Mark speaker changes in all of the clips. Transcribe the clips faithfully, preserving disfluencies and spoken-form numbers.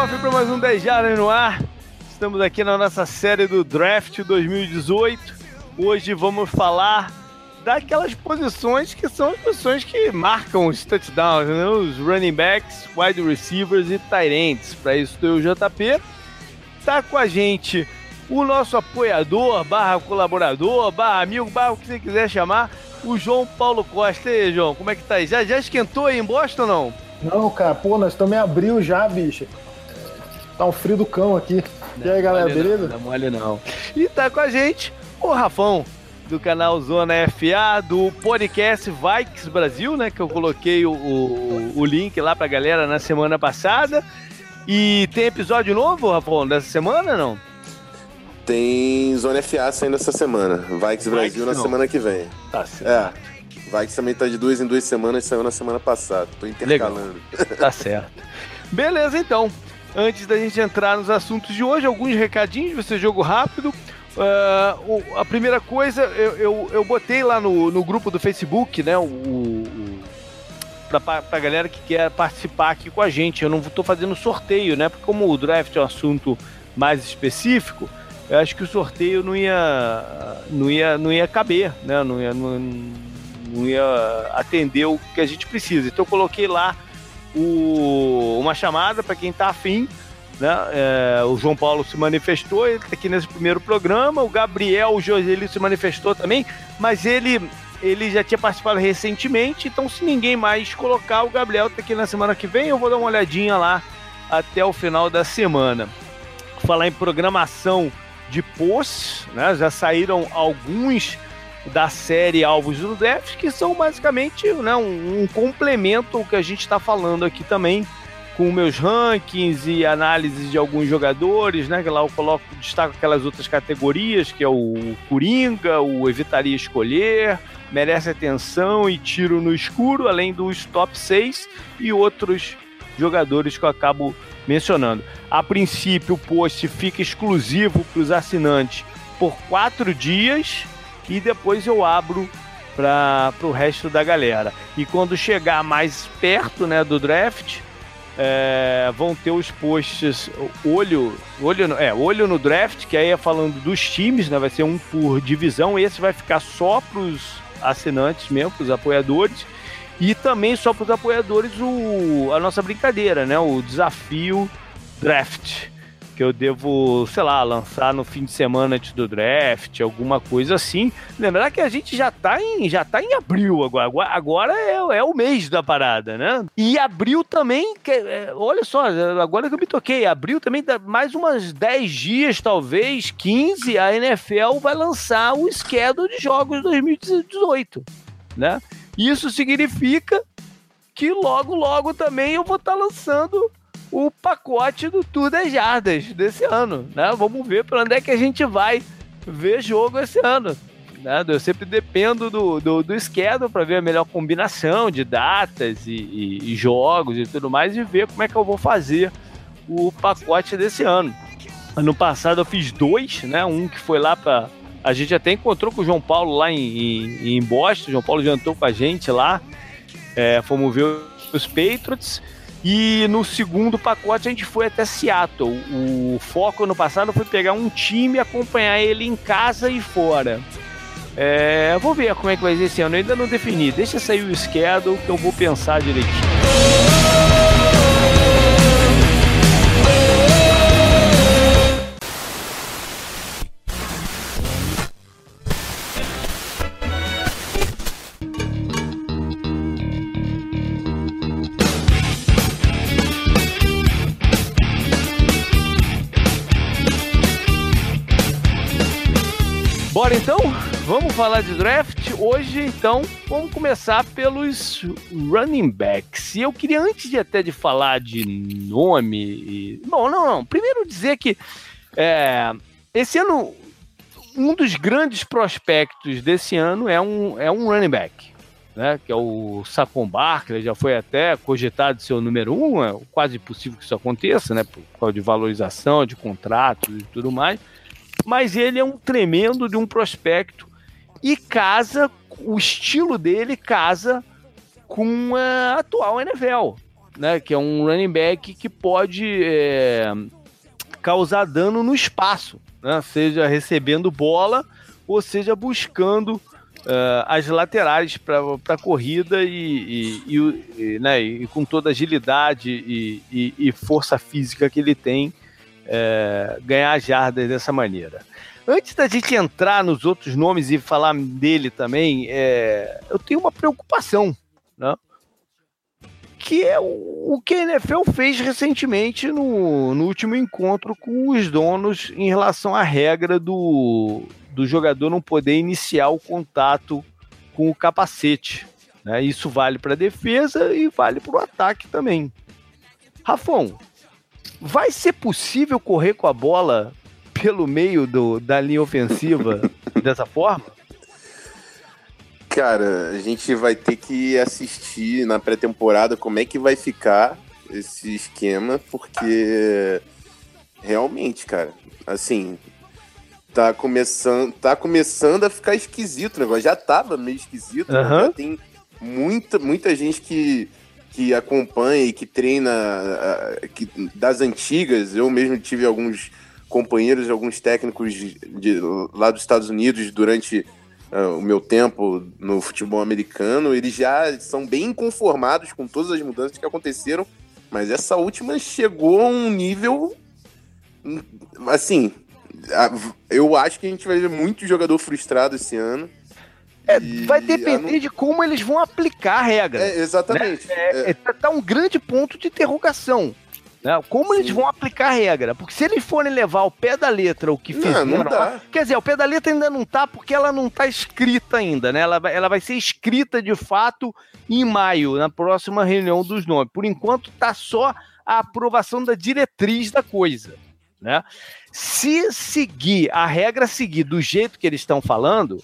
Speaker 1: Boff para mais um dez Jardas no ar. Estamos aqui na nossa série do Draft dois mil e dezoito. Hoje vamos falar daquelas posições que são as posições que marcam os touchdowns, né? Os running backs, wide receivers e tight ends. Para isso tem o J P. Tá com a gente o nosso apoiador, barra colaborador, barra amigo, barra o que você quiser chamar, o João Paulo Costa. E aí, João, como é que tá aí? Já, já esquentou aí em Boston ou não?
Speaker 2: Não, cara, pô, nós estamos em abril já, bicho. Tá um frio do cão aqui. E aí, galera, beleza?
Speaker 1: Não, não mole não. E tá com a gente o Rafão, do canal Zona F A, do podcast Vikes Brasil, né? Que eu coloquei o, o, o link lá pra galera na semana passada. E tem episódio novo, Rafão, dessa semana, não?
Speaker 3: Tem Zona F A saindo essa semana. Vikes Brasil Vikes, na semana que vem.
Speaker 1: Tá certo.
Speaker 3: É. Vikes também tá de duas em duas semanas, saiu na semana passada. Tô intercalando.
Speaker 1: Legal. Tá certo. Beleza, então. Antes da gente entrar nos assuntos de hoje, alguns recadinhos, vai ser jogo rápido. Uh, a primeira coisa, eu, eu, eu botei lá no, no grupo do Facebook, né, o, o, pra, pra galera que quer participar aqui com a gente. Eu não tô fazendo sorteio, né, porque como o draft é um assunto mais específico, eu acho que o sorteio não ia, não ia, não ia caber, né, não ia, não, não ia atender o que a gente precisa. Então eu coloquei lá O, uma chamada para quem tá afim, né? É, o João Paulo se manifestou, ele tá aqui nesse primeiro programa, o Gabriel, o Joseli se manifestou também, mas ele, ele já tinha participado recentemente, então se ninguém mais colocar, o Gabriel tá aqui na semana que vem, eu vou dar uma olhadinha lá até o final da semana. Falar em programação de posts, né? Já saíram alguns da série Alvos do Draft, que são basicamente, né, um, um complemento ao que a gente está falando aqui também, com meus rankings e análises de alguns jogadores, né, que lá eu coloco, destaco aquelas outras categorias, que é o Coringa, o Evitaria Escolher, Merece Atenção e Tiro no Escuro, além dos top seis e outros jogadores que eu acabo mencionando. A princípio, o post fica exclusivo para os assinantes por quatro dias, e depois eu abro para o resto da galera. E quando chegar mais perto, né, do draft, é, vão ter os posts olho, olho, no, é, olho no draft, que aí é falando dos times, né, vai ser um por divisão. Esse vai ficar só para os assinantes mesmo, para os apoiadores. E também só para os apoiadores o, a nossa brincadeira, né, o desafio draft, que eu devo, sei lá, lançar no fim de semana antes do draft, alguma coisa assim. Lembrar que a gente já tá em, já tá em abril agora, agora é, é o mês da parada, né? E abril também, que, é, olha só, agora que eu me toquei, abril também, dá mais umas dez dias, talvez, quinze, a N F L vai lançar o schedule de jogos de dois mil e dezoito, né? Isso significa que logo, logo também eu vou estar tá lançando o pacote do Tour dez Jardas desse ano, né? Vamos ver para onde é que a gente vai ver jogo esse ano, né? Eu sempre dependo do, do, do schedule para ver a melhor combinação de datas e, e, e jogos e tudo mais, e ver como é que eu vou fazer o pacote desse ano. Ano passado eu fiz dois, né? Um que foi lá para... A gente até encontrou com o João Paulo lá em, em, em Boston, o João Paulo jantou com a gente lá, é, fomos ver os Patriots. E no segundo pacote a gente foi até Seattle. O foco ano passado foi pegar um time e acompanhar ele em casa e fora. É, vou ver como é que vai ser esse ano, eu ainda não defini. Deixa sair o schedule que eu vou pensar direitinho. Bora então? Vamos falar de draft? Hoje, então, vamos começar pelos running backs. E eu queria, antes de até de falar de nome... E... Bom, não, não. Primeiro dizer que é, esse ano, um dos grandes prospectos desse ano é um, é um running back, né? Que é o Saquon Barkley, já foi até cogitado ser o número um, é quase impossível que isso aconteça, né? Por causa de valorização, de contratos e tudo mais. Mas ele é um tremendo de um prospecto e casa, o estilo dele casa com a atual N F L. né? Que é um running back que pode é, causar dano no espaço, né? Seja recebendo bola ou seja buscando Uh, as laterais para a corrida e, e, e, e, né, e com toda a agilidade e, e, e força física que ele tem, é, ganhar as jardas dessa maneira. Antes da gente entrar nos outros nomes e falar dele também, é, eu tenho uma preocupação, né? Que é o, o que a N F L fez recentemente no, no último encontro com os donos em relação à regra do... do jogador não poder iniciar o contato com o capacete, né? Isso vale para a defesa e vale para o ataque também. Rafão, vai ser possível correr com a bola pelo meio do, da linha ofensiva dessa forma?
Speaker 3: Cara, a gente vai ter que assistir na pré-temporada como é que vai ficar esse esquema, porque realmente, cara, assim... Tá começando, tá começando a ficar esquisito o negócio. Já tava meio esquisito, uhum. né? Já tem muita, muita gente que, que acompanha e que treina uh, que, das antigas. Eu mesmo tive alguns companheiros, alguns técnicos de, de, lá dos Estados Unidos durante uh, o meu tempo no futebol americano. Eles já são bem inconformados com todas as mudanças que aconteceram, mas essa última chegou a um nível assim... Eu acho que a gente vai ver muito jogador frustrado esse ano.
Speaker 1: É, vai depender não... de como eles vão aplicar a regra.
Speaker 3: É, exatamente.
Speaker 1: Né? É, é. Tá um grande ponto de interrogação. Né? Como Sim. eles vão aplicar a regra? Porque se eles forem levar ao pé da letra o que fizeram...
Speaker 3: Não, não dá.
Speaker 1: Quer dizer, o pé da letra ainda não tá, porque ela não tá escrita ainda, né? Ela, ela vai ser escrita de fato em maio, na próxima reunião dos nomes. Por enquanto tá só a aprovação da diretriz da coisa. Né? Se seguir a regra, seguir do jeito que eles estão falando,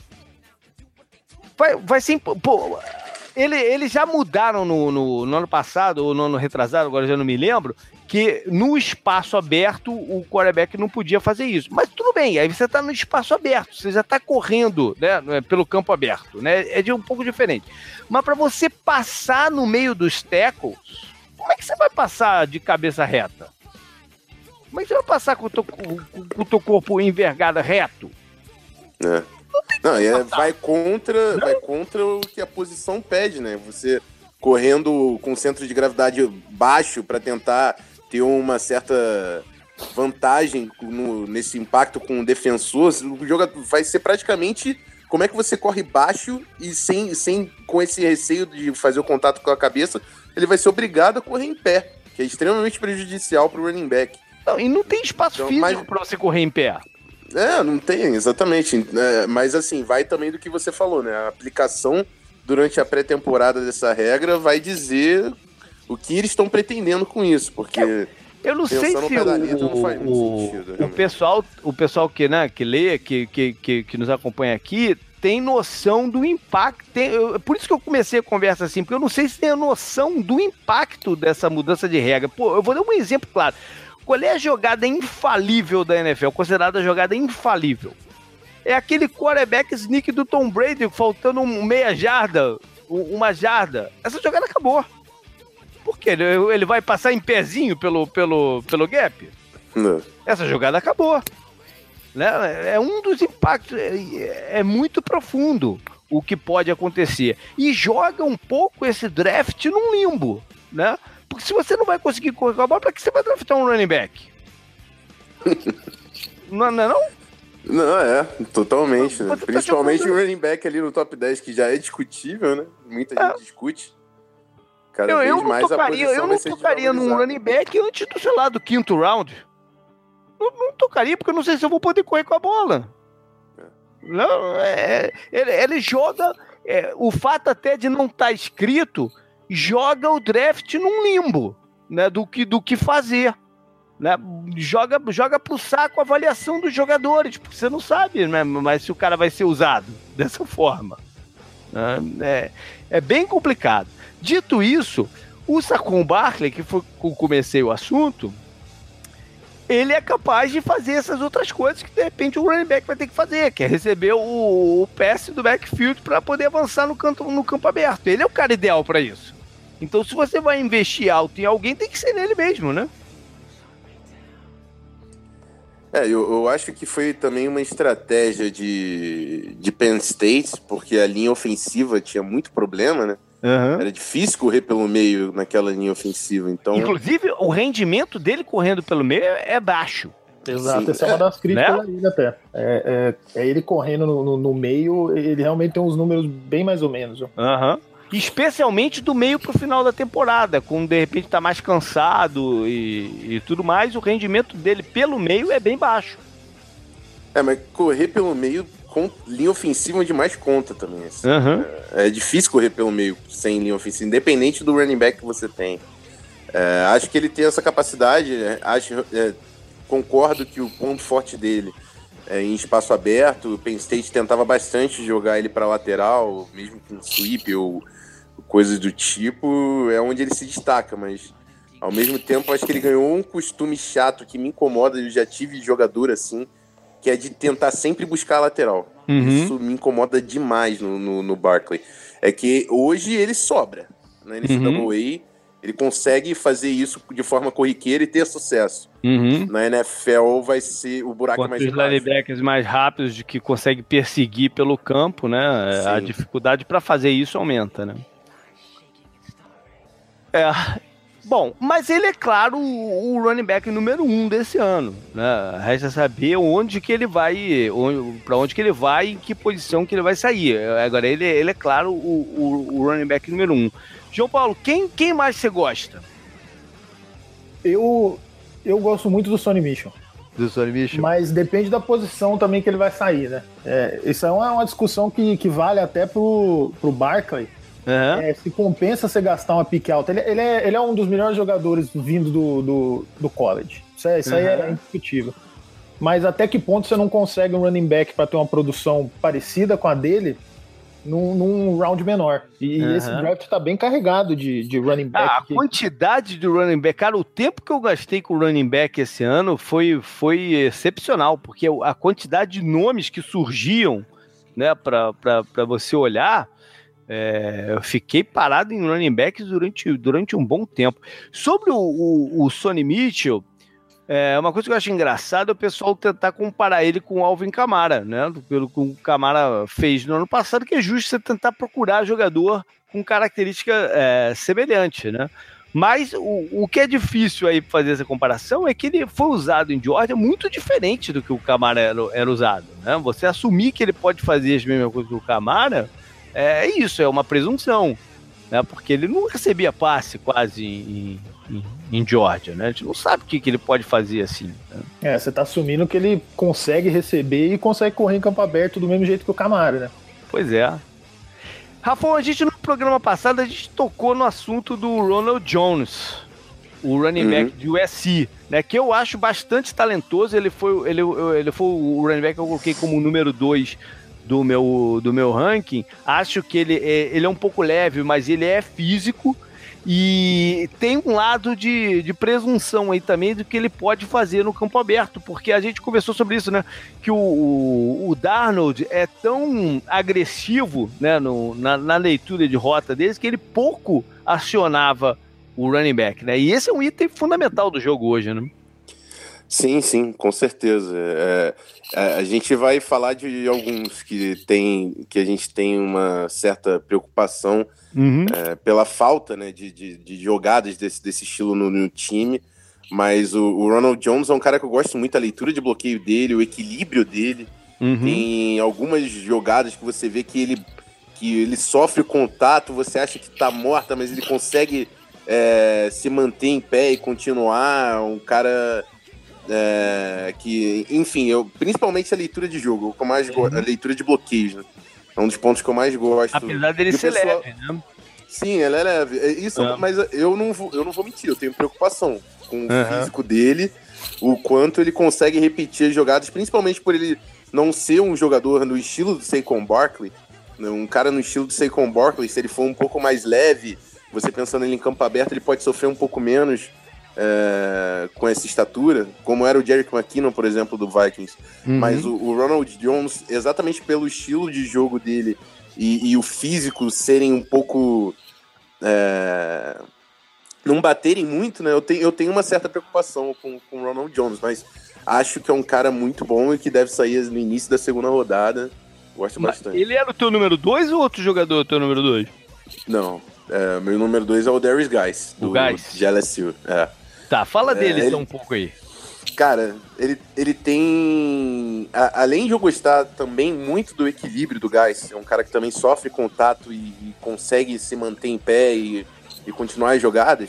Speaker 1: vai, vai ser. Pô, ele, eles já mudaram no, no, no ano passado, ou no ano retrasado, agora já não me lembro, que no espaço aberto o quarterback não podia fazer isso. Mas tudo bem, aí você está no espaço aberto, você já está correndo, né, pelo campo aberto, né? É de um pouco diferente. Mas para você passar no meio dos tackles, como é que você vai passar de cabeça reta? Como é que você vai passar com o teu, com, com o teu corpo envergado reto?
Speaker 3: É. Não, e é, vai, contra, vai contra o que a posição pede, né? Você correndo com centro de gravidade baixo para tentar ter uma certa vantagem no, nesse impacto com o defensor, o jogo vai ser praticamente como é que você corre baixo e sem, sem com esse receio de fazer o contato com a cabeça, ele vai ser obrigado a correr em pé, que é extremamente prejudicial para o running back.
Speaker 1: Não, e não tem espaço então, físico mas... para você correr em pé.
Speaker 3: É, não tem, exatamente. É, mas assim, vai também do que você falou, né? A aplicação durante a pré-temporada dessa regra vai dizer o que eles estão pretendendo com isso, porque... Eu,
Speaker 1: eu não sei se o, não faz o, sentido, o, pessoal, o pessoal que, né, que lê, que, que, que, que nos acompanha aqui, tem noção do impacto. Tem, eu, por isso que eu comecei a conversa assim, porque eu não sei se tem a noção do impacto dessa mudança de regra. Pô, eu vou dar um exemplo claro. Qual é a jogada infalível da N F L? Considerada a jogada infalível. É aquele quarterback sneak do Tom Brady, faltando um meia jarda, uma jarda. Essa jogada acabou. Por quê? Ele, ele vai passar em pezinho pelo, pelo, pelo gap?
Speaker 3: Não.
Speaker 1: Essa jogada acabou. Né? É um dos impactos, é, é muito profundo o que pode acontecer. E joga um pouco esse draft num limbo, né? Porque se você não vai conseguir correr com a bola, pra que você vai draftar um running back? não, não é não?
Speaker 3: Não, é, totalmente. Né? Principalmente o running back ali no top dez, que já é discutível, né? Muita é. gente discute. Cada
Speaker 1: eu,
Speaker 3: vez
Speaker 1: eu
Speaker 3: mais
Speaker 1: tocaria,
Speaker 3: a posição
Speaker 1: Eu
Speaker 3: vai
Speaker 1: não
Speaker 3: ser
Speaker 1: tocaria num running back antes do, sei lá, do quinto round. Não, não tocaria, porque eu não sei se eu vou poder correr com a bola. É. Não, é, ele, ele joga... É, o fato até de não estar tá escrito... joga o draft num limbo, né, do que, do que fazer, né, joga, joga pro saco a avaliação dos jogadores, porque você não sabe, né, mas se o cara vai ser usado dessa forma, né, é, é bem complicado. Dito isso, o Saquon Barkley, que foi que eu comecei o assunto, ele é capaz de fazer essas outras coisas que de repente o running back vai ter que fazer, que é receber o, o passe do backfield para poder avançar no campo, no campo aberto. Ele é o cara ideal para isso. Então, se você vai investir alto em alguém, tem que ser nele mesmo, né?
Speaker 3: É, eu, eu acho que foi também uma estratégia de, de Penn State, porque a linha ofensiva tinha muito problema, né? Uhum. Era difícil correr pelo meio naquela linha ofensiva, então...
Speaker 1: Inclusive, o rendimento dele correndo pelo meio é baixo.
Speaker 2: Exato, essa é uma das críticas da liga até. É, é, é ele correndo no, no, no meio, ele realmente tem uns números bem mais ou menos.
Speaker 1: Aham. Uhum. Especialmente do meio pro final da temporada, quando de repente tá mais cansado e, e tudo mais, o rendimento dele pelo meio é bem baixo.
Speaker 3: É, mas correr pelo meio com linha ofensiva demais conta também. Assim.
Speaker 1: Uhum.
Speaker 3: É, é difícil correr pelo meio sem linha ofensiva, independente do running back que você tem. É, acho que ele tem essa capacidade, acho, é, concordo que o ponto forte dele é em espaço aberto. O Penn State tentava bastante jogar ele para lateral, mesmo com sweep ou coisas do tipo, é onde ele se destaca, mas ao mesmo tempo acho que ele ganhou um costume chato que me incomoda. Eu já tive jogador assim, que é de tentar sempre buscar a lateral. Uhum. Isso me incomoda demais no, no, no Barkley. É que hoje ele sobra na N C A A, uhum. Ele consegue fazer isso de forma corriqueira e ter sucesso.
Speaker 1: Uhum.
Speaker 3: Na N F L vai ser o buraco mais
Speaker 1: embaixo. Os linebackers mais rápidos de que conseguem perseguir pelo campo, né? Sim. A dificuldade para fazer isso aumenta, né? É, bom, mas ele é claro o, o running back número um desse ano, né? Resta saber onde que ele vai, onde, para onde que ele vai, em que posição que ele vai sair. Agora ele, ele é claro o, o, o running back número um. João Paulo, quem, quem mais você gosta?
Speaker 2: Eu, eu gosto muito do Sonny Mitchell.
Speaker 1: Do Sonny Mitchell?
Speaker 2: Mas depende da posição também que ele vai sair, né? É, isso é uma, uma discussão que, que vale até pro, pro Barkley. Uhum. É, se compensa você gastar uma pick alta. Ele, ele, é, ele é um dos melhores jogadores vindo do, do, do college. Isso, é, isso uhum. aí é indiscutível. Mas até que ponto você não consegue um running back para ter uma produção parecida com a dele num, num round menor? E uhum. esse draft tá bem carregado de, de running back.
Speaker 1: Ah, a
Speaker 2: que...
Speaker 1: quantidade de running back, cara, o tempo que eu gastei com running back esse ano foi, foi excepcional, porque a quantidade de nomes que surgiam, né, para você olhar. É, eu fiquei parado em running backs durante, durante um bom tempo. Sobre o, o, o Sonny Mitchell, é, uma coisa que eu acho engraçado é o pessoal tentar comparar ele com o Alvin Kamara, né? Pelo que o Kamara fez no ano passado, que é justo você tentar procurar jogador com característica é, semelhante, né? Mas o, o que é difícil aí fazer essa comparação é que ele foi usado em Georgia muito diferente do que o Kamara era, era usado, né? Você assumir que ele pode fazer as mesmas coisas que o Kamara... É isso, é uma presunção, né? Porque ele não recebia passe quase em, em, em Georgia, né? A gente não sabe o que, que ele pode fazer assim. Né?
Speaker 2: É, você tá assumindo que ele consegue receber e consegue correr em campo aberto do mesmo jeito que o Kamara, né?
Speaker 1: Pois é. Rafael, a gente no programa passado a gente tocou no assunto do Ronald Jones, o running back uhum. de U S C, né? Que eu acho bastante talentoso. Ele foi, ele, ele foi o running back que eu coloquei como número dois do meu, do meu ranking. Acho que ele é, ele é um pouco leve, mas ele é físico e tem um lado de, de presunção aí também do que ele pode fazer no campo aberto, porque a gente conversou sobre isso, né, que o, o, o Darnold é tão agressivo, né, no, na, na leitura de rota deles, que ele pouco acionava o running back, né, e esse é um item fundamental do jogo hoje, né.
Speaker 3: Sim, sim, com certeza. É, é, a gente vai falar de alguns que, tem, que a gente tem uma certa preocupação uhum. é, pela falta, né, de, de, de jogadas desse, desse estilo no, no time, mas o, o Ronald Jones é um cara que eu gosto muito, a leitura de bloqueio dele, o equilíbrio dele. Uhum. Tem algumas jogadas que você vê que ele, que ele sofre contato, você acha que tá morta, mas ele consegue é, se manter em pé e continuar. Um cara... É, que, enfim, eu, principalmente a leitura de jogo, o que eu mais gosto, a leitura de bloqueios, né? É um dos pontos que eu mais gosto.
Speaker 1: Apesar dele ser pessoal... leve, né?
Speaker 3: Sim, ele é leve. Isso, é. Mas eu não, vou, eu não vou mentir, eu tenho preocupação com o uhum. físico dele, o quanto ele consegue repetir as jogadas, principalmente por ele não ser um jogador no estilo do Saquon Barkley, né? Um cara no estilo do Saquon Barkley, se ele for um pouco mais leve, você pensando ele em campo aberto, ele pode sofrer um pouco menos. É, com essa estatura, como era o Jerick McKinnon, por exemplo, do Vikings. Uhum. Mas o, o Ronald Jones, exatamente pelo estilo de jogo dele e, e o físico serem um pouco é, não baterem muito, né? Eu tenho, eu tenho uma certa preocupação com, com o Ronald Jones, mas acho que é um cara muito bom e que deve sair no início da segunda rodada. Gosto
Speaker 1: mas
Speaker 3: bastante.
Speaker 1: Ele era o teu número dois ou outro jogador o teu número dois?
Speaker 3: Não, é, meu número dois é o Darius Guice, do de L S U. É.
Speaker 1: Tá, fala dele
Speaker 3: é,
Speaker 1: então
Speaker 3: ele,
Speaker 1: um pouco aí.
Speaker 3: Cara, ele, ele tem... A, além de eu gostar também muito do equilíbrio do Guice, é um cara que também sofre contato e, e consegue se manter em pé e, e continuar as jogadas,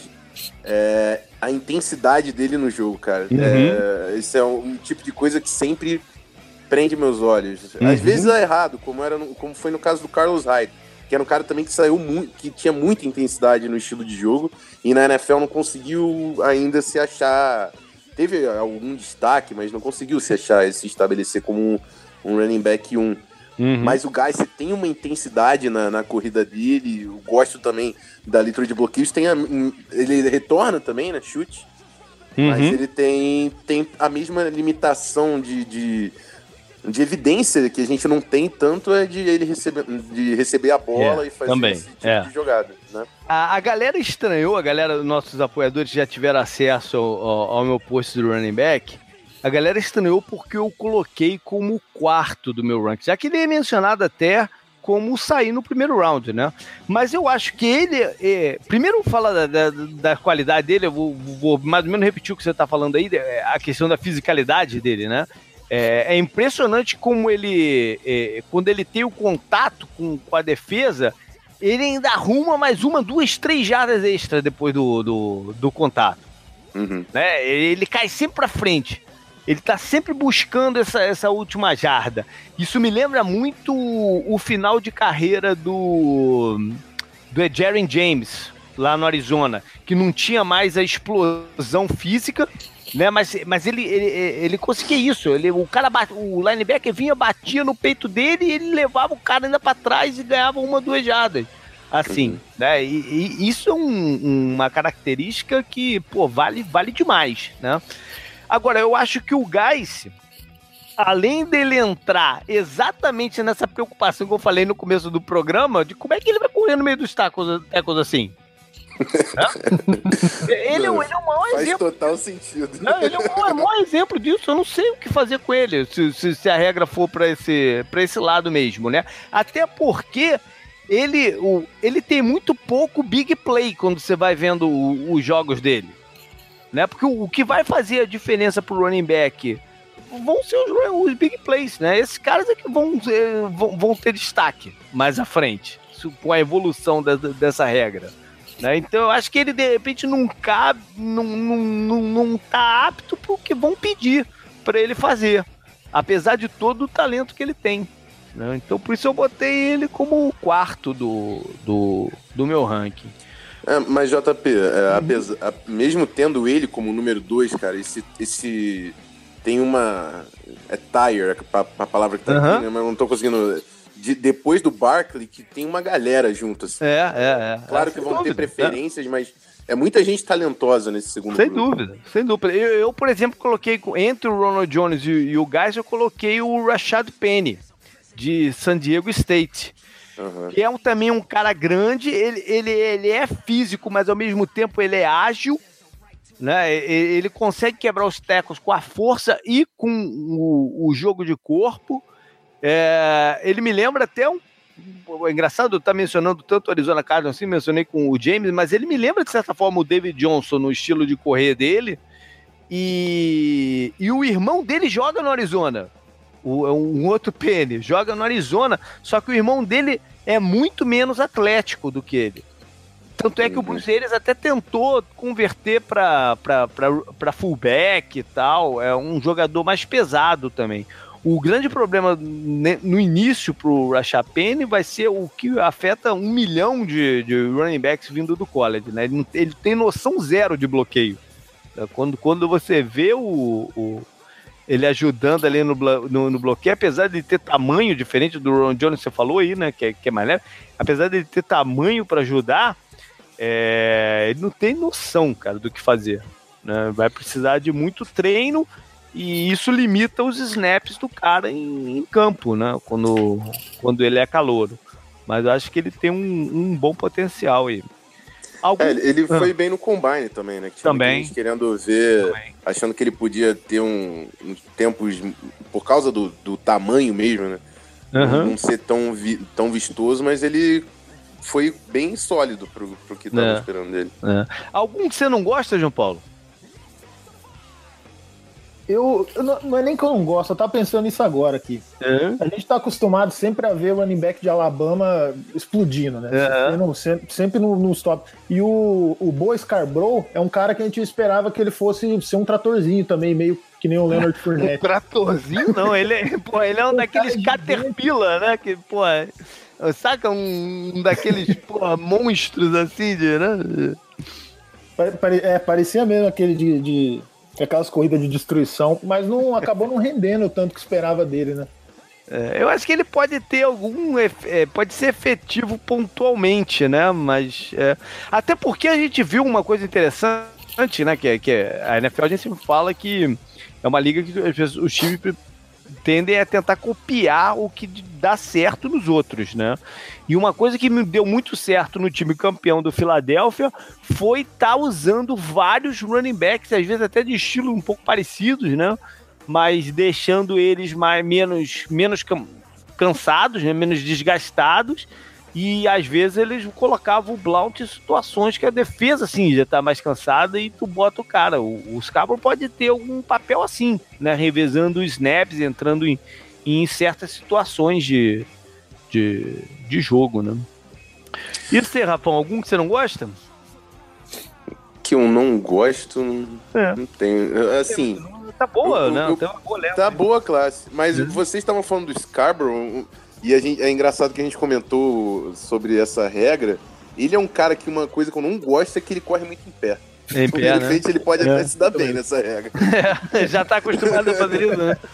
Speaker 3: é, a intensidade dele no jogo, cara. Uhum. É, esse é um tipo de coisa que sempre prende meus olhos. Às uhum. vezes é errado, como, era no, como foi no caso do Carlos Hyde, que era um cara também que saiu muito, que tinha muita intensidade no estilo de jogo, e na N F L não conseguiu ainda se achar... Teve algum destaque, mas não conseguiu se achar, se estabelecer como um, um running back um. Uhum. Mas o Guice tem uma intensidade na, na corrida dele. Eu gosto também da leitura de bloqueios. Tem a, ele retorna também, né? Chute. Uhum. Mas ele tem, tem a mesma limitação de, de, de evidência que a gente não tem tanto é de ele receber, de receber a bola é, e fazer
Speaker 1: também.
Speaker 3: esse tipo
Speaker 1: é.
Speaker 3: de jogada, né?
Speaker 1: A, a galera estranhou, a galera, nossos apoiadores já tiveram acesso ao, ao, ao meu post do running back. A galera estranhou porque eu coloquei como quarto do meu ranking, já que ele é mencionado até como sair no primeiro round, né? Mas eu acho que ele... É, primeiro fala da, da, da qualidade dele, eu vou, vou mais ou menos repetir o que você está falando aí, a questão da fisicalidade dele, né? É, é impressionante como ele, é, quando ele tem o contato com, com a defesa, ele ainda arruma mais uma, duas, três jardas extra depois do, do, do contato.
Speaker 3: Uhum.
Speaker 1: Né? Ele cai sempre pra frente. Ele tá sempre buscando essa, essa última jarda. Isso me lembra muito o, o final de carreira do, do Jaren James, lá no Arizona, que não tinha mais a explosão física, né? Mas, mas ele, ele, ele conseguia isso. Ele, o, cara bate, o linebacker vinha, batia no peito dele e ele levava o cara ainda pra trás e ganhava uma, duas jardas. Assim, uhum. né? E, e isso é um, uma característica que, pô, vale, vale demais, né? Agora, eu acho que o Guice, além dele entrar exatamente nessa preocupação que eu falei no começo do programa, de como é que ele vai correr no meio dos tacos, tacos assim? ele, não, ele é o maior
Speaker 3: faz
Speaker 1: exemplo.
Speaker 3: Faz total sentido.
Speaker 1: Não, ele é o maior, maior exemplo disso. Eu não sei o que fazer com ele, se, se, se a regra for para esse, pra esse lado mesmo, né? Até porque ele, o, ele tem muito pouco big play quando você vai vendo o, os jogos dele. Né? Porque o, o que vai fazer a diferença pro running back vão ser os, os big plays, né? Esses caras é que vão, vão, vão ter destaque mais à frente, com a evolução da, dessa regra. Né? Então eu acho que ele de repente não cabe, não, não, não, não tá apto pro que vão pedir para ele fazer, apesar de todo o talento que ele tem. Né? Então por isso eu botei ele como o quarto do, do, do meu ranking.
Speaker 3: É, mas J P, é, apesar, a, mesmo tendo ele como número dois, cara, esse, esse tem uma... É tire, a, a palavra que tá uhum. aqui, né? Mas eu não tô conseguindo... De, depois do Barkley, que tem uma galera junto, assim.
Speaker 1: É, é, é.
Speaker 3: Claro
Speaker 1: é,
Speaker 3: que vão
Speaker 1: dúvida,
Speaker 3: ter preferências, é. mas é muita gente talentosa nesse segundo
Speaker 1: Sem
Speaker 3: grupo.
Speaker 1: dúvida, sem dúvida. Eu, eu, por exemplo, coloquei, entre o Ronald Jones e, e o Guice, eu coloquei o Rashad Penny, de San Diego State. Uhum. Que é um, também um cara grande, ele, ele, ele é físico, mas ao mesmo tempo ele é ágil, né? Ele, ele consegue quebrar os tecos com a força e com o, o jogo de corpo. É, ele me lembra até um... É engraçado estar mencionando tanto o Arizona Cardinals, assim, mencionei com o James, mas ele me lembra de certa forma o David Johnson no estilo de correr dele, e, e o irmão dele joga no Arizona. O, um outro Penny, joga no Arizona, só que o irmão dele é muito menos atlético do que ele. Tanto é que o Bruce Arians até tentou converter para fullback e tal, é um jogador mais pesado também. O grande problema no início pro Rashad Penny vai ser o que afeta um milhão de, de running backs vindo do college, né? Ele, ele tem noção zero de bloqueio. Quando, quando você vê o... o ele ajudando ali no, no, no bloqueio, apesar de ter tamanho diferente do Ron Jones, você falou aí, né, que é, que é mais leve, apesar de ter tamanho para ajudar, é, ele não tem noção, cara, do que fazer. Né? Vai precisar de muito treino e isso limita os snaps do cara em, em campo, né, quando, quando ele é calouro. Mas eu acho que ele tem um, um bom potencial aí.
Speaker 3: Algum... É, ele foi ah. bem no Combine também, né? Que tinha
Speaker 1: também.
Speaker 3: Gente querendo ver, também. Achando que ele podia ter um, um tempos, por causa do, do tamanho mesmo, né? Uhum. Não ser tão, vi, tão vistoso, mas ele foi bem sólido pro, pro que tava é. esperando dele.
Speaker 1: É. Algum que você não gosta, João Paulo?
Speaker 2: Eu, eu não, não é nem que eu não gosto, eu tava pensando nisso agora aqui. Uhum. A gente tá acostumado sempre a ver o running back de Alabama explodindo, né? Uhum. Sempre, sempre nos no top. E o, o Bo Scarborough é um cara que a gente esperava que ele fosse ser um tratorzinho também, meio que nem o Leonard Fournette.
Speaker 1: Um tratorzinho não, ele é, pô, ele é um daqueles Caterpillar, né? Que, pô, saca um daqueles pô, monstros assim, de, né?
Speaker 2: Pare, é, parecia mesmo aquele de... de... aquelas corridas de destruição, mas não acabou não rendendo o tanto que esperava dele, né?
Speaker 1: É, eu acho que ele pode ter algum... É, pode ser efetivo pontualmente, né? Mas... É, até porque a gente viu uma coisa interessante, né? Que, que a N F L a gente sempre fala que é uma liga que os times tendem a tentar copiar o que dá certo nos outros, né? E uma coisa que me deu muito certo no time campeão do Philadelphia foi estar tá usando vários running backs, às vezes até de estilo um pouco parecidos, né? Mas deixando eles mais, menos, menos cansados, né? Menos desgastados. E às vezes eles colocavam o Blount em situações que a defesa assim, já tá mais cansada e tu bota o cara. O, o Scarborough pode ter algum papel assim, né? Revezando os snaps, entrando em, em certas situações de, de, de jogo, né? E você, Rafão, algum que você não gosta?
Speaker 3: Que eu não gosto, não, é. não tenho. Assim.
Speaker 1: Tá boa, eu,
Speaker 3: né?
Speaker 1: Eu, Tem uma boa leva,
Speaker 3: tá né? boa a classe. Mas uhum. vocês estavam falando do Scarborough. E a gente, é engraçado que a gente comentou sobre essa regra. Ele é um cara que uma coisa que eu não gosto é que ele corre muito em pé.
Speaker 1: Em pé, né?
Speaker 3: Repente, ele pode é. até se dar bem nessa regra.
Speaker 1: É, já tá acostumado a fazer isso, né?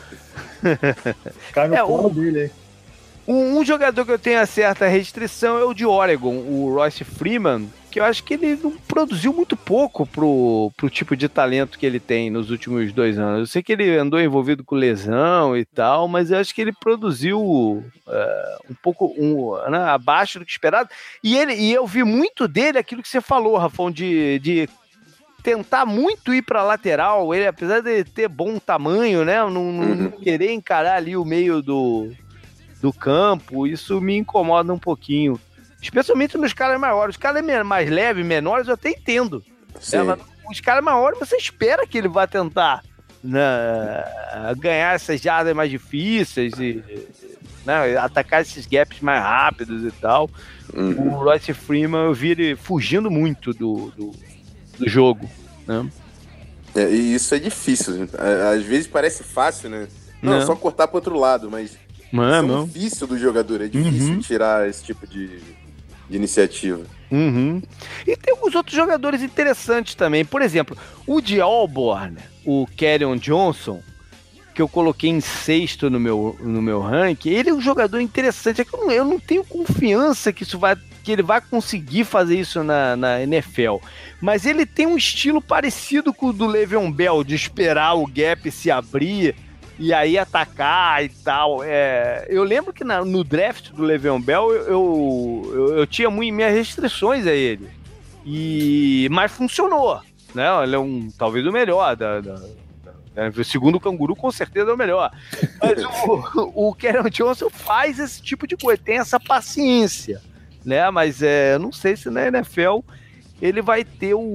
Speaker 2: Cai no é, colo um, dele aí.
Speaker 1: Um, um jogador que eu tenho a certa restrição é o de Oregon, o Royce Freeman, que eu acho que ele não produziu muito pouco pro, pro tipo de talento que ele tem nos últimos dois anos. Eu sei que ele andou envolvido com lesão e tal, mas eu acho que ele produziu uh, um pouco um, né, abaixo do que esperado. E, ele, e eu vi muito dele aquilo que você falou, Rafão, de, de tentar muito ir para lateral. Ele, apesar de ter bom tamanho, né, não, não uhum. querer encarar ali o meio do, do campo, isso me incomoda um pouquinho. Especialmente nos caras maiores. Os caras mais leves, menores, eu até entendo. É, os caras maiores, você espera que ele vá tentar, né, ganhar essas jardas mais difíceis e, né, atacar esses gaps mais rápidos e tal. Uhum. O Royce Freeman, eu vi ele fugindo muito do, do, do jogo. Né?
Speaker 3: É, e isso é difícil. Às vezes parece fácil, né? Não, não. É só cortar pro outro lado, mas
Speaker 1: não,
Speaker 3: é
Speaker 1: não.
Speaker 3: difícil do jogador. É difícil uhum. tirar esse tipo de... de iniciativa.
Speaker 1: Uhum. E tem alguns outros jogadores interessantes também. Por exemplo, o de Auburn, o Kerryon Johnson, que eu coloquei em sexto no meu, no meu ranking, ele é um jogador interessante. É que eu não, eu não tenho confiança que, isso vai, que ele vai conseguir fazer isso na, na N F L. Mas ele tem um estilo parecido com o do Le'Veon Bell, de esperar o gap se abrir e aí atacar e tal. É, eu lembro que na, no draft do Le'Veon Bell eu, eu, eu, eu tinha muito, minhas restrições a ele. E, mas funcionou. Né? Ele é um, talvez o melhor. Da, da, da, o segundo canguru com certeza é o melhor. Mas o, o Kerryon Johnson faz esse tipo de coisa, tem essa paciência. Né? Mas é, eu não sei se na N F L ele vai ter o...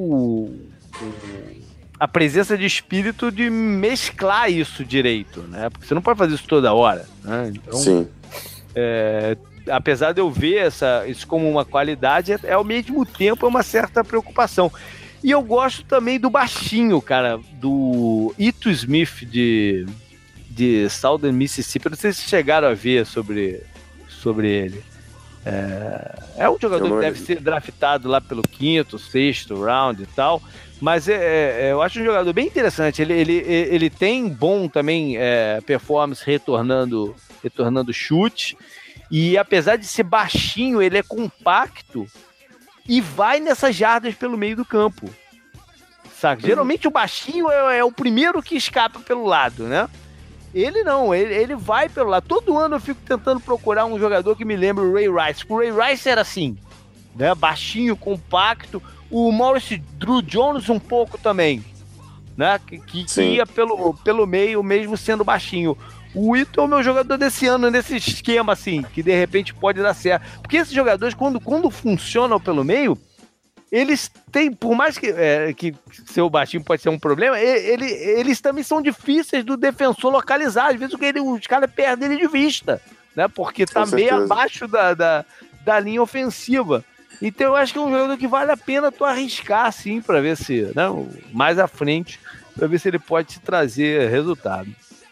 Speaker 1: o a presença de espírito de mesclar isso direito, né? Porque você não pode fazer isso toda hora, né? Então,
Speaker 3: sim.
Speaker 1: É, apesar de eu ver essa, isso como uma qualidade, é, é ao mesmo tempo uma certa preocupação. E eu gosto também do baixinho, cara, do Ito Smith de, de Southern Mississippi. Eu não sei se chegaram a ver sobre, sobre ele. É, é um jogador que deve ser draftado lá pelo quinto, sexto round e tal. Mas é, é, eu acho um jogador bem interessante. Ele, ele, ele tem bom também é, performance retornando, retornando chute. E apesar de ser baixinho, ele é compacto e vai nessas jardas pelo meio do campo. Saca? Uhum. Geralmente o baixinho é, é o primeiro que escapa pelo lado, né? Ele não, ele, ele vai pelo lado. Todo ano eu fico tentando procurar um jogador que me lembre o Ray Rice. O Ray Rice era assim, né? Baixinho, compacto. O Maurice Drew Jones um pouco também, né? Que, que ia pelo, pelo meio, mesmo sendo baixinho. O Ito é o meu jogador desse ano, nesse esquema, assim, que de repente pode dar certo. Porque esses jogadores, quando, quando funcionam pelo meio, eles têm, por mais que, é, que seu baixinho pode ser um problema, ele, eles também são difíceis do defensor localizar. Às vezes ele, os caras perdem ele de vista, né? Porque tá meio abaixo da, da, da linha ofensiva. Então eu acho que é um jogador que vale a pena tu arriscar, assim, pra ver se, né, mais à frente, pra ver se ele pode te trazer resultado.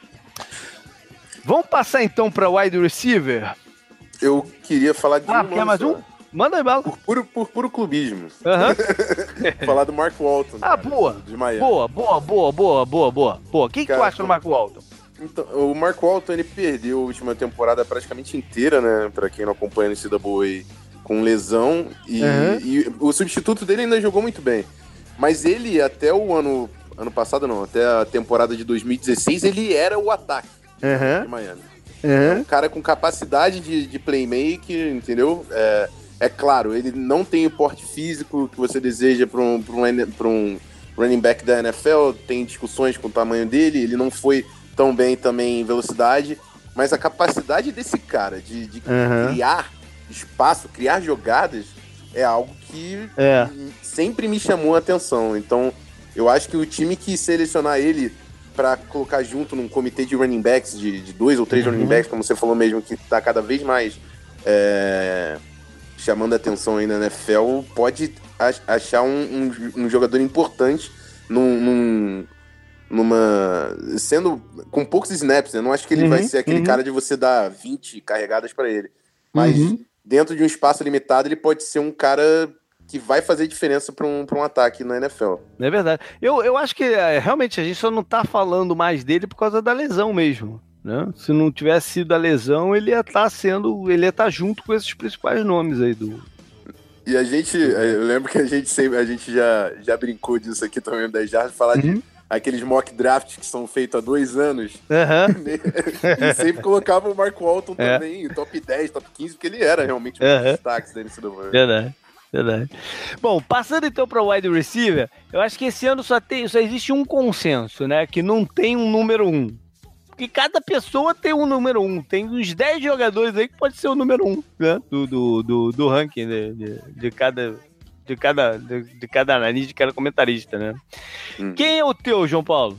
Speaker 1: Vamos passar então para wide receiver?
Speaker 3: Eu queria falar de
Speaker 1: ah, um quer mais só. um? Manda aí, bala.
Speaker 3: Por puro, por puro clubismo.
Speaker 1: Uhum.
Speaker 3: Falar do Mark Walton.
Speaker 1: Ah, cara, boa. De Miami. Boa, boa, boa, boa, boa, boa. Boa. O que, que tu acha do Mark Walton?
Speaker 3: Então, o Mark Walton, ele perdeu a última temporada praticamente inteira, né? Pra quem não acompanha no N C double A, com lesão. E, uhum. e o substituto dele ainda jogou muito bem. Mas ele, até o ano... Ano passado, não. Até a temporada de dois mil e dezesseis, ele era o ataque. Uhum. De Miami. Uhum. É um cara com capacidade de, de playmaker, entendeu? É, é claro, ele não tem o porte físico que você deseja para um, um, um running back da N F L, tem discussões com o tamanho dele, ele não foi tão bem também em velocidade, mas a capacidade desse cara de, de uhum. criar espaço, criar jogadas, é algo que é. sempre me chamou a atenção. Então, eu acho que o time que selecionar ele para colocar junto num comitê de running backs, de, de dois ou três uhum. running backs, como você falou mesmo, que tá cada vez mais é, chamando a atenção aí na N F L, pode achar um, um, um jogador importante num, num, numa... sendo com poucos snaps, né? Eu não acho que ele uhum. vai ser aquele uhum. cara de você dar vinte carregadas para ele. Mas uhum. dentro de um espaço limitado, ele pode ser um cara que vai fazer diferença para um, pra um ataque na N F L. É
Speaker 1: verdade. Eu, eu acho que é, realmente a gente só não tá falando mais dele por causa da lesão mesmo, né? Se não tivesse sido a lesão, ele ia estar tá sendo, ele ia estar tá junto com esses principais nomes aí do...
Speaker 3: E a gente, eu lembro que a gente sempre, a gente já, já brincou disso aqui também no dez Jardas, falar uhum. de aqueles mock drafts que são feitos há dois anos. Uhum. E sempre colocava o Mark Walton é. também, top dez, top quinze, porque ele era realmente um dos destaques da N C double A.
Speaker 1: Verdade. Verdade. Bom, passando então para o wide receiver, eu acho que esse ano só, tem, só existe um consenso, né? Que não tem um número um. Porque cada pessoa tem um número um. Tem uns dez jogadores aí que pode ser o número um, né? Do, do, do, do ranking de, de, de cada... De cada, de, de cada analista, de cada comentarista, né? Hum. Quem é o teu, João Paulo?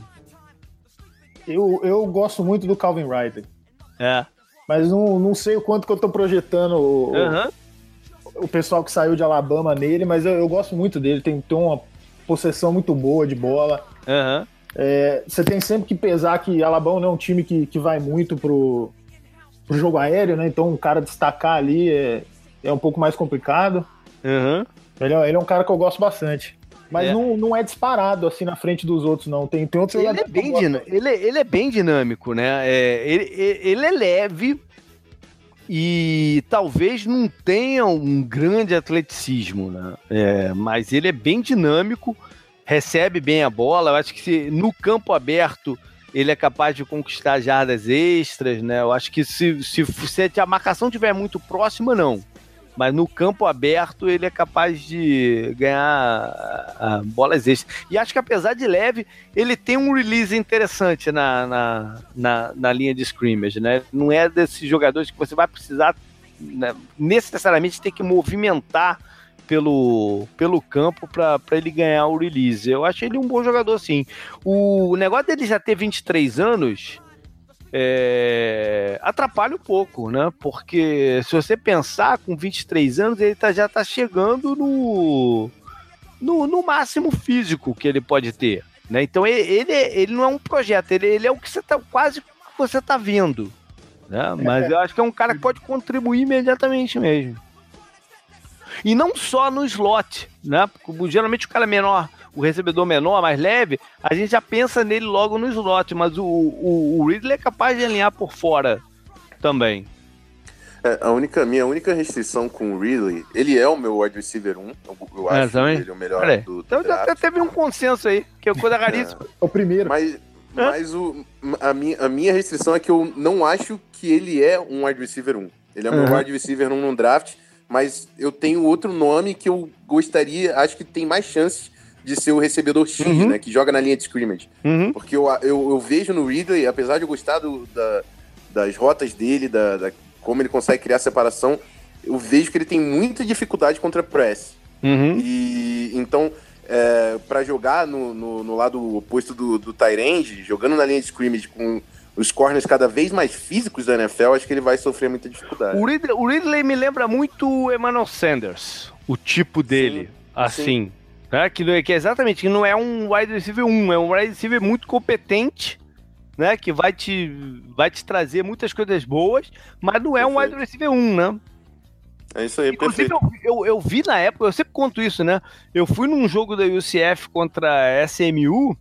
Speaker 2: Eu, eu gosto muito do Calvin Ridley.
Speaker 1: É.
Speaker 2: Mas não, não sei o quanto que eu tô projetando o,
Speaker 1: uhum.
Speaker 2: o, o pessoal que saiu de Alabama nele, mas eu, eu gosto muito dele. Tem, tem uma possessão muito boa de bola.
Speaker 1: Uhum.
Speaker 2: É, você tem sempre que pesar que Alabama não é um time que, que vai muito pro, pro jogo aéreo, né? Então um cara destacar ali é, é um pouco mais complicado.
Speaker 1: Uhum.
Speaker 2: Ele é, ele é um cara que eu gosto bastante. Mas é. Não, não é disparado assim na frente dos outros, não. Tem, tem outros
Speaker 1: ele, é bem din... ele, ele é bem dinâmico, né? É, ele, ele é leve e talvez não tenha um grande atleticismo, né? É, mas ele é bem dinâmico, recebe bem a bola. Eu acho que se, no campo aberto ele é capaz de conquistar jardas extras, né? Eu acho que se, se, se a marcação estiver muito próxima, não. Mas no campo aberto ele é capaz de ganhar uh, bolas extras. E acho que apesar de leve, ele tem um release interessante na, na, na, na linha de scrimmage, né? Não é desses jogadores que você vai precisar, né, necessariamente ter que movimentar pelo, pelo campo para ele ganhar o release. Eu acho ele um bom jogador, sim. O negócio dele já ter vinte e três anos... É, atrapalha um pouco, né? Porque se você pensar, com vinte e três anos, ele tá, já tá chegando no, no, no máximo físico que ele pode ter, né? Então ele, ele, ele não é um projeto, ele, ele é o que você tá quase que você tá vendo, né? Mas eu acho que é um cara que pode contribuir imediatamente mesmo. E não só no slot, né? Porque geralmente o cara menor, o recebedor menor, mais leve, a gente já pensa nele logo no slot, mas o, o, o Ridley é capaz de alinhar por fora também.
Speaker 3: É, a única, minha única restrição com o Ridley, ele é o meu wide receiver um, eu, eu acho é, que ele é o melhor do, do
Speaker 1: Então já até teve um consenso aí, que é coisa raríssima.
Speaker 2: É o primeiro.
Speaker 3: Mas, mas o, a, minha, a minha restrição é que eu não acho que ele é um wide receiver um. Ele é o meu uhum. wide receiver um no draft, mas eu tenho outro nome que eu gostaria, acho que tem mais chances de ser o recebedor X, uhum. né, que joga na linha de scrimmage.
Speaker 1: Uhum.
Speaker 3: Porque eu, eu, eu vejo no Ridley, apesar de eu gostar do, da, das rotas dele, da, da, como ele consegue criar separação, eu vejo que ele tem muita dificuldade contra press.
Speaker 1: Uhum.
Speaker 3: E então, é, para jogar no, no, no lado oposto do, do tight end, jogando na linha de scrimmage com os corners cada vez mais físicos da N F L, acho que ele vai sofrer muita dificuldade.
Speaker 1: O Ridley, o Ridley me lembra muito o Emmanuel Sanders, o tipo dele, sim, assim, sim. Né? Que, que exatamente, que não é um wide receiver um, é um wide receiver muito competente, né? Que vai te, vai te trazer muitas coisas boas, mas não é perfeito. Um wide receiver um, né?
Speaker 3: É isso aí,
Speaker 1: inclusive,
Speaker 3: perfeito.
Speaker 1: Eu, eu, eu vi na época, eu sempre conto isso, né? Eu fui num jogo da U C F contra a S M U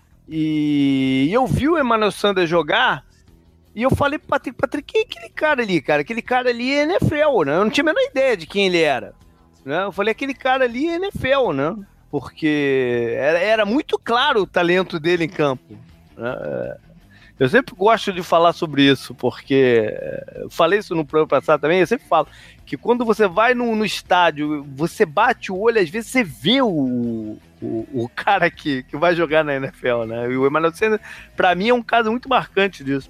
Speaker 1: e eu vi o Emmanuel Sanders jogar e eu falei pro Patrick, Patrick, quem é aquele cara ali, cara? Aquele cara ali é N F L, né? Eu não tinha a menor ideia de quem ele era. Né? Eu falei, aquele cara ali é N F L, né? Porque era, era muito claro o talento dele em campo. Né? Eu sempre gosto de falar sobre isso, porque eu falei isso no programa passado também, eu sempre falo que quando você vai no, no estádio, você bate o olho, às vezes você vê o, o, o cara que, que vai jogar na N F L, né? E o Emmanuel Sanders, pra mim, é um caso muito marcante disso.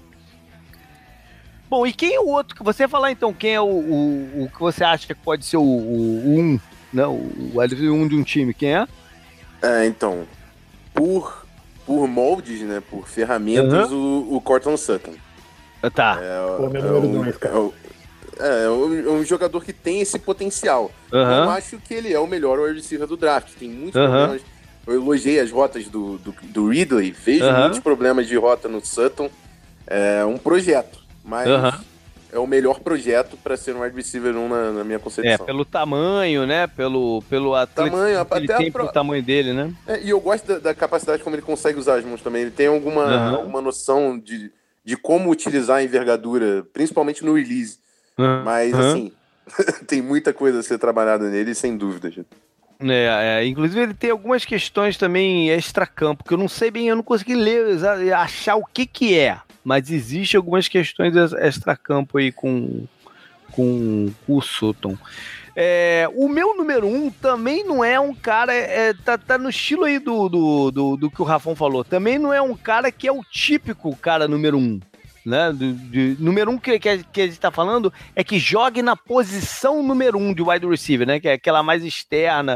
Speaker 1: Bom, e quem é o outro? Que você ia falar então, quem é o, o, o que você acha que pode ser o, o, o um, né? O L V um de um time, quem é?
Speaker 3: É, então, por... Por moldes, né? Por ferramentas, uhum. o, o Cortland Sutton.
Speaker 1: Tá.
Speaker 3: É, Pô, meu é, número dois, cara. É, é, um, é um jogador que tem esse potencial.
Speaker 1: Uhum.
Speaker 3: Eu acho que ele é o melhor wide receiver do draft. Tem muitos uhum. problemas. Eu elogiei as rotas do, do, do Ridley. Vejo uhum. muitos problemas de rota no Sutton. É um projeto, mas uhum. é o melhor projeto para ser um wide receiver um na, na minha concepção.
Speaker 1: É, pelo tamanho, né? Pelo, pelo atleta que ele tem pro tamanho dele, né?
Speaker 3: É, e eu gosto da, da capacidade como ele consegue usar as mãos também. Ele tem alguma, uhum. alguma noção de, de como utilizar a envergadura, principalmente no release. Uhum. Mas, assim, tem muita coisa a ser trabalhada nele, sem dúvida, gente.
Speaker 1: É, é, inclusive ele tem algumas questões também extra-campo, que eu não sei bem, eu não consegui ler, achar o que que é. Mas existe algumas questões extra-campo aí com, com, com o Sutton. É, o meu número um também não é um cara, é, tá, tá no estilo aí do, do, do, do que o Rafão falou, também não é um cara que é o típico cara número um. Né? Do, de, número um que, que, que a gente tá falando é que jogue na posição número um de wide receiver, né? Que é aquela mais externa,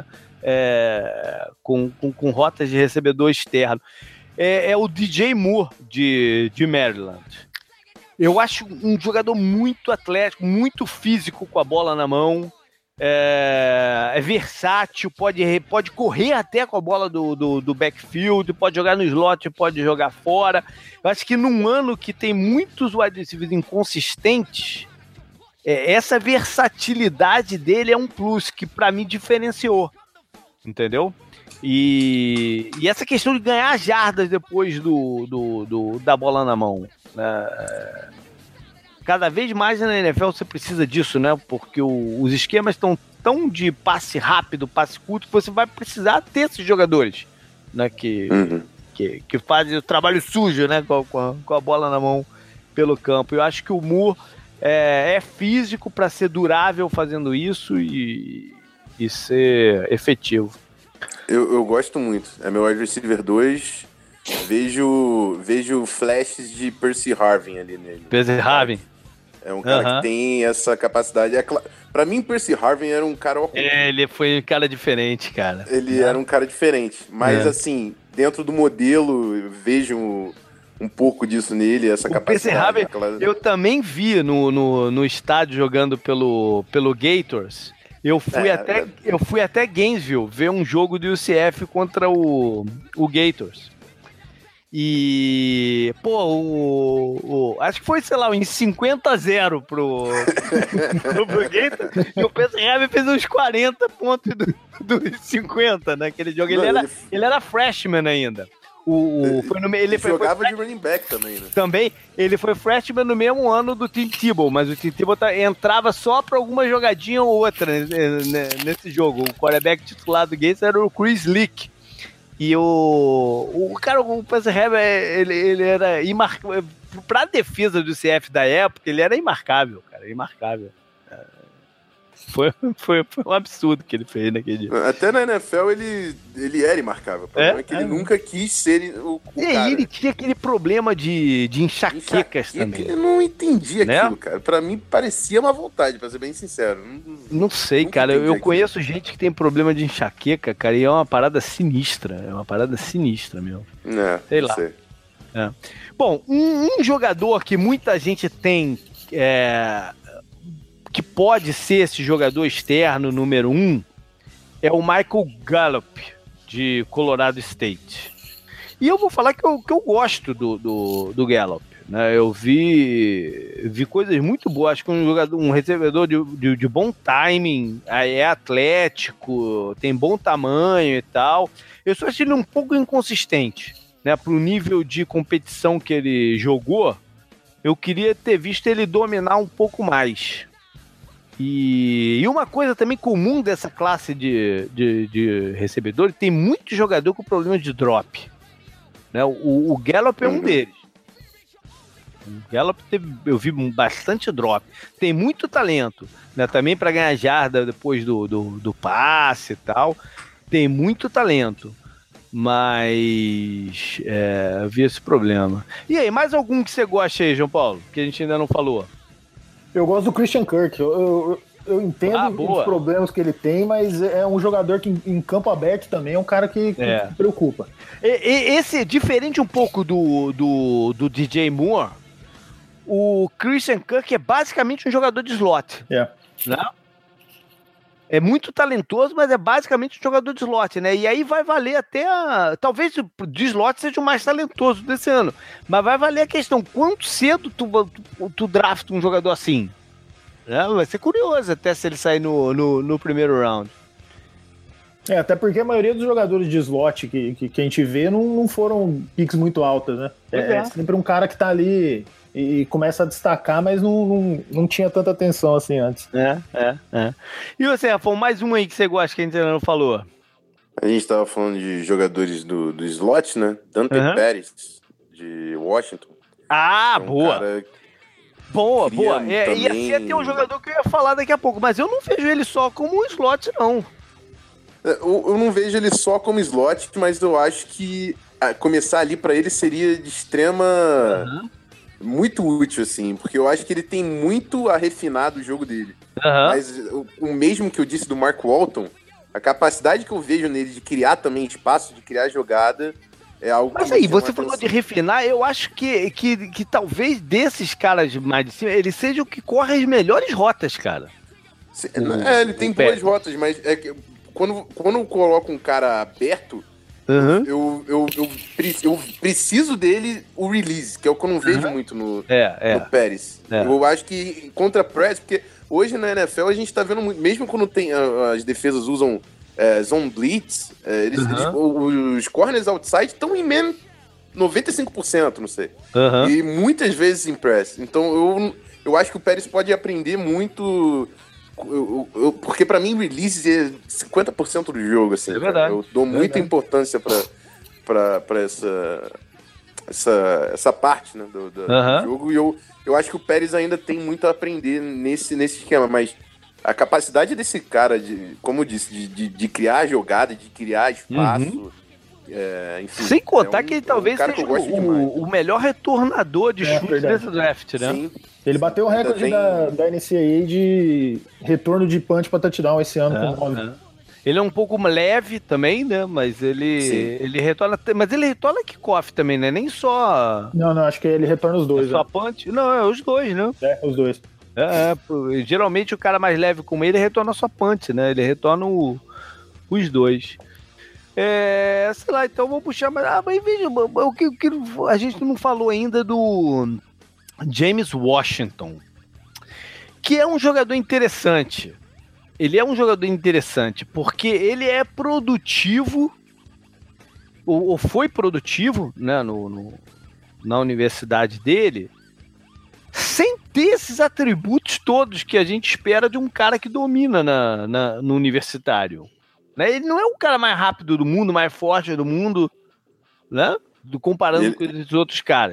Speaker 1: é, com, com, com rotas de recebedor externo. É, é o D J Moore de, de Maryland. Eu acho um jogador muito atlético, muito físico com a bola na mão, é, é versátil, pode, pode correr até com a bola do, do, do backfield, pode jogar no slot, pode jogar fora. Eu acho que num ano que tem muitos wide receivers inconsistentes, é, essa versatilidade dele é um plus que para mim diferenciou, entendeu? E, e essa questão de ganhar jardas depois do, do, do, da bola na mão, né? Cada vez mais na N F L você precisa disso, né? Porque o, os esquemas estão tão de passe rápido, passe curto, que você vai precisar ter esses jogadores, né? Que, uhum. que, que fazem o trabalho sujo, né? Com, com, a, com a bola na mão pelo campo. Eu acho que o Moore é, é físico para ser durável fazendo isso e, e ser efetivo.
Speaker 3: Eu, eu gosto muito. É meu wide receiver dois. Vejo, vejo flashes de Percy Harvin ali nele.
Speaker 1: Percy Harvin?
Speaker 3: É um cara uh-huh. que tem essa capacidade. É cl... Pra mim, Percy Harvin era um cara horrível.
Speaker 1: É, ele foi um cara diferente, cara.
Speaker 3: Ele é. era um cara diferente. Mas, é. assim, dentro do modelo, eu vejo um, um pouco disso nele, essa
Speaker 1: o
Speaker 3: capacidade.
Speaker 1: Percy Harvin,
Speaker 3: aquela...
Speaker 1: eu também vi no, no, no estádio jogando pelo, pelo Gators. Eu fui, é, até, é... eu fui até Gainesville ver um jogo do U C F contra o, o Gators. E, pô, o, o, acho que foi, sei lá, em cinquenta a zero pro, pro, pro Gators. E o Percy Harvin fez uns quarenta pontos dos do cinquenta naquele jogo. Ele, Não, era, ele... ele era freshman ainda. O, o, foi no, ele
Speaker 3: ele
Speaker 1: foi,
Speaker 3: jogava
Speaker 1: foi,
Speaker 3: de running back também, né?
Speaker 1: Também, ele foi freshman no mesmo ano do Tim Tebow, mas o Tim Tebow tá, entrava só pra alguma jogadinha ou outra nesse, nesse jogo. O quarterback titular do Gates era o Chris Leak. E o, o cara, o Percy Harvin, ele, ele era imarcável. Pra defesa do C F da época, ele era imarcável, cara, imarcável. Foi, foi, foi um absurdo que ele fez naquele dia.
Speaker 3: Até na N F L ele, ele era imarcável. O problema é, é que ele é. nunca quis ser o, o
Speaker 1: e
Speaker 3: cara.
Speaker 1: E ele tinha aquele problema de, de enxaquecas Enxaqueca, também.
Speaker 3: Eu não entendi né? aquilo, cara. Pra mim parecia uma vontade, pra ser bem sincero. Não,
Speaker 1: não sei, cara. Eu aquilo. conheço gente que tem problema de enxaqueca, cara, e é uma parada sinistra. É uma parada sinistra, meu.
Speaker 3: É,
Speaker 1: sei lá. Sei. É. Bom, um, um jogador que muita gente tem... É, que pode ser esse jogador externo número um é o Michael Gallup, de Colorado State. E eu vou falar que eu, que eu gosto do, do, do Gallup. Né? Eu vi, vi coisas muito boas. Acho que um jogador, um recebedor de, de, de bom timing, é atlético, tem bom tamanho e tal. Eu só achei ele um pouco inconsistente, né? Para o nível de competição que ele jogou. Eu queria ter visto ele dominar um pouco mais. E, e uma coisa também comum dessa classe de, de, de recebedores, tem muito jogador com problema de drop. Né? O, o Gallup é um deles. O Gallup teve, eu vi bastante drop. Tem muito talento, né? Também para ganhar jarda depois do, do, do passe e tal. Tem muito talento. Mas é, vi esse problema. E aí, mais algum que você gosta aí, João Paulo? Que a gente ainda não falou.
Speaker 2: Eu gosto do Christian Kirk. Eu, eu, eu entendo ah, os problemas que ele tem, mas é um jogador que em, em campo aberto também é um cara que, que, é. que preocupa.
Speaker 1: E, e, esse, diferente um pouco do, do, do D J Moore, o Christian Kirk é basicamente um jogador de slot.
Speaker 2: É.
Speaker 1: Né? É muito talentoso, mas é basicamente um jogador de slot, né? E aí vai valer até a... Talvez o de slot seja o mais talentoso desse ano. Mas vai valer a questão, quanto cedo tu, tu, tu drafta um jogador assim? Né? Vai ser curioso até se ele sair no, no, no primeiro round.
Speaker 2: É, até porque a maioria dos jogadores de slot que, que, que a gente vê não, não foram picks muito altas, né? É, é. é sempre um cara que tá ali... E começa a destacar, mas não, não, não tinha tanta atenção assim antes.
Speaker 1: É, é, é. E você, Rafael, mais um aí que você gosta que a gente ainda não falou?
Speaker 3: A gente tava falando de jogadores do, do slot, né? Dante uhum. Pérez, de Washington.
Speaker 1: Ah, é um boa. Boa, boa. É, também... Ia ser até um jogador que eu ia falar daqui a pouco, mas eu não vejo ele só como um slot, não.
Speaker 3: Eu, eu não vejo ele só como slot, mas eu acho que começar ali pra ele seria de extrema... Uhum. Muito útil, assim, porque eu acho que ele tem muito a refinar do jogo dele. Uhum. Mas o, o mesmo que eu disse do Mark Walton, a capacidade que eu vejo nele de criar também espaço, de criar jogada, é algo
Speaker 1: Mas
Speaker 3: que...
Speaker 1: Mas aí, você falou atenção. de refinar, eu acho que, que, que talvez desses caras mais de cima, ele seja o que corre as melhores rotas, cara.
Speaker 3: Se, o, é, ele tem boas rotas, mas é que quando, quando eu coloco um cara aberto, Uhum. Eu, eu, eu, eu preciso dele o release, que é o que eu não vejo uhum. muito no,
Speaker 1: é, é.
Speaker 3: no Pérez. É. Eu acho que contra press, porque hoje na N F L a gente tá vendo muito, mesmo quando tem, as defesas usam é, zone blitz, é, eles, uhum. eles, os corners outside estão em menos noventa e cinco por cento, não sei. Uhum. E muitas vezes em press. Então eu, eu acho que o Pérez pode aprender muito... Eu, eu, porque pra mim release é cinquenta por cento do jogo, assim.
Speaker 1: É verdade.
Speaker 3: Eu dou
Speaker 1: é
Speaker 3: muita
Speaker 1: verdade.
Speaker 3: importância pra, pra, pra essa, essa, essa parte, né, do, do, uhum. do jogo. E eu, eu acho que o Pérez ainda tem muito a aprender nesse, nesse esquema, mas a capacidade desse cara, de, como eu disse, de, de, de criar jogada, de criar espaço... Uhum. É, enfim,
Speaker 1: sem contar é um, que ele talvez
Speaker 3: é um
Speaker 1: seja o, o melhor retornador de é, chute desse draft, né?
Speaker 3: Sim.
Speaker 2: Ele bateu o recorde tem... da, da N C A A de retorno de punch para touchdown esse ano.
Speaker 1: É,
Speaker 2: com
Speaker 1: é. Ele é um pouco leve também, né? Mas ele, ele retorna. Mas ele retorna kickoff também, né? Nem só.
Speaker 2: Não, não, acho que ele retorna os dois.
Speaker 1: É só
Speaker 2: né?
Speaker 1: punch? Não, é os dois, né?
Speaker 2: É, os dois.
Speaker 1: É, é, geralmente o cara mais leve como ele retorna só punch, né? Ele retorna o, os dois. É, sei lá, então vou puxar, mas, ah, mas veja, o que, o que a gente não falou ainda do James Washington, que é um jogador interessante. Ele é um jogador interessante, porque ele é produtivo, ou, ou foi produtivo, né, no, no, na universidade dele, sem ter esses atributos todos que a gente espera de um cara que domina na, na, no universitário. Ele não é o cara mais rápido do mundo, mais forte do mundo, né? Do, comparando ele, com os outros caras.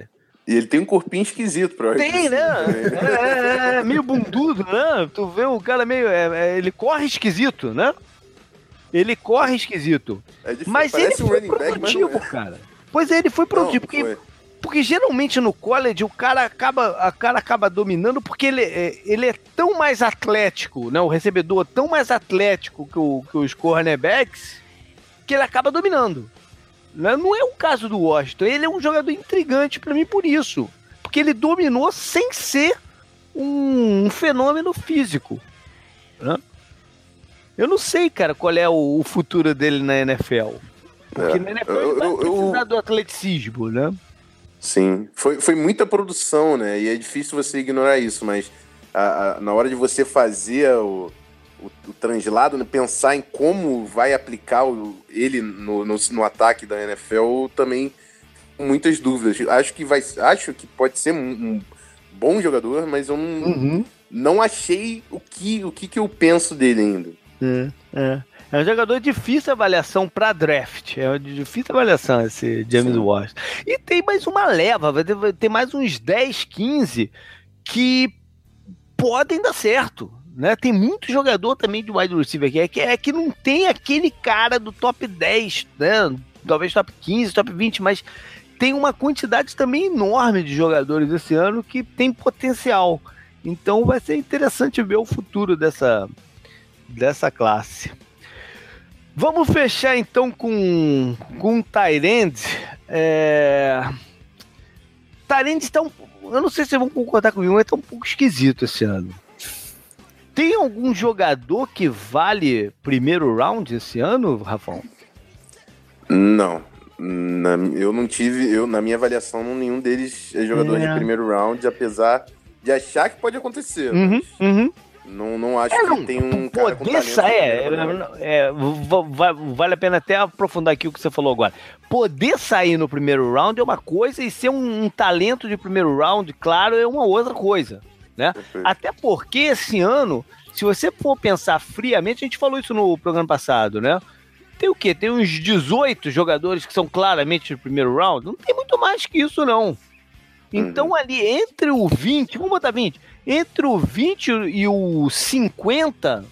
Speaker 3: E ele tem um corpinho esquisito, pra
Speaker 1: Tem, né? É, é, meio bundudo, né? Tu vê o cara meio... É, é, ele corre esquisito, né? Ele corre esquisito. É difícil, mas ele foi um produtivo, back, cara. Pois é, ele foi produtivo. Não, porque, foi. porque geralmente no college o cara acaba, a cara acaba dominando porque ele, é, ele é tão mais atlético, né? O recebedor tão mais atlético que, o, que os cornerbacks que ele acaba dominando. Não é o caso do Washington. Ele é um jogador intrigante pra mim por isso. Porque ele dominou sem ser um, um fenômeno físico. Né? Eu não sei, cara, qual é o, o futuro dele na N F L. Porque é, na N F L eu, ele vai eu, precisar eu, do atleticismo, né?
Speaker 3: Sim. Foi, foi muita produção, né? E é difícil você ignorar isso, mas a, a, na hora de você fazer o... O, o translado, né, pensar em como vai aplicar o, ele no, no, no ataque da N F L, também com muitas dúvidas. Acho que, vai, acho que pode ser um, um bom jogador, mas eu não, uhum. não achei o que, o que, que eu penso dele ainda.
Speaker 1: É, é. é um jogador de difícil avaliação para draft. É de difícil avaliação esse James Washington. E tem mais uma leva, vai ter, vai ter mais uns dez, quinze que podem dar certo. Né? Tem muito jogador também de wide receiver aqui, é que, é que não tem aquele cara do top dez, né? Talvez top quinze, top vinte, mas tem uma quantidade também enorme de jogadores esse ano que tem potencial. Então vai ser interessante ver o futuro dessa, dessa classe. Vamos fechar então com, com o tight end. É... Tight end tá um, eu não sei se vocês vão concordar comigo, mas tá um pouco esquisito esse ano. Tem algum jogador que vale primeiro round esse ano, Rafão?
Speaker 3: Não. Na, eu não tive, eu, na minha avaliação, nenhum deles é jogador é. de primeiro round, apesar de achar que pode acontecer.
Speaker 1: Uhum, uhum.
Speaker 3: Não, não acho é, não, que tem um cara com talento.
Speaker 1: É, é, vale a pena até aprofundar aqui o que você falou agora. Poder sair no primeiro round é uma coisa e ser um, um talento de primeiro round, claro, é uma outra coisa. Né? Até porque esse ano, se você for pensar friamente, a gente falou isso no programa passado, né? Tem o quê? Tem uns dezoito jogadores que são claramente no primeiro round, não tem muito mais que isso não. Então uhum. ali entre o vinte, vamos botar vinte, entre o vinte e o cinquenta,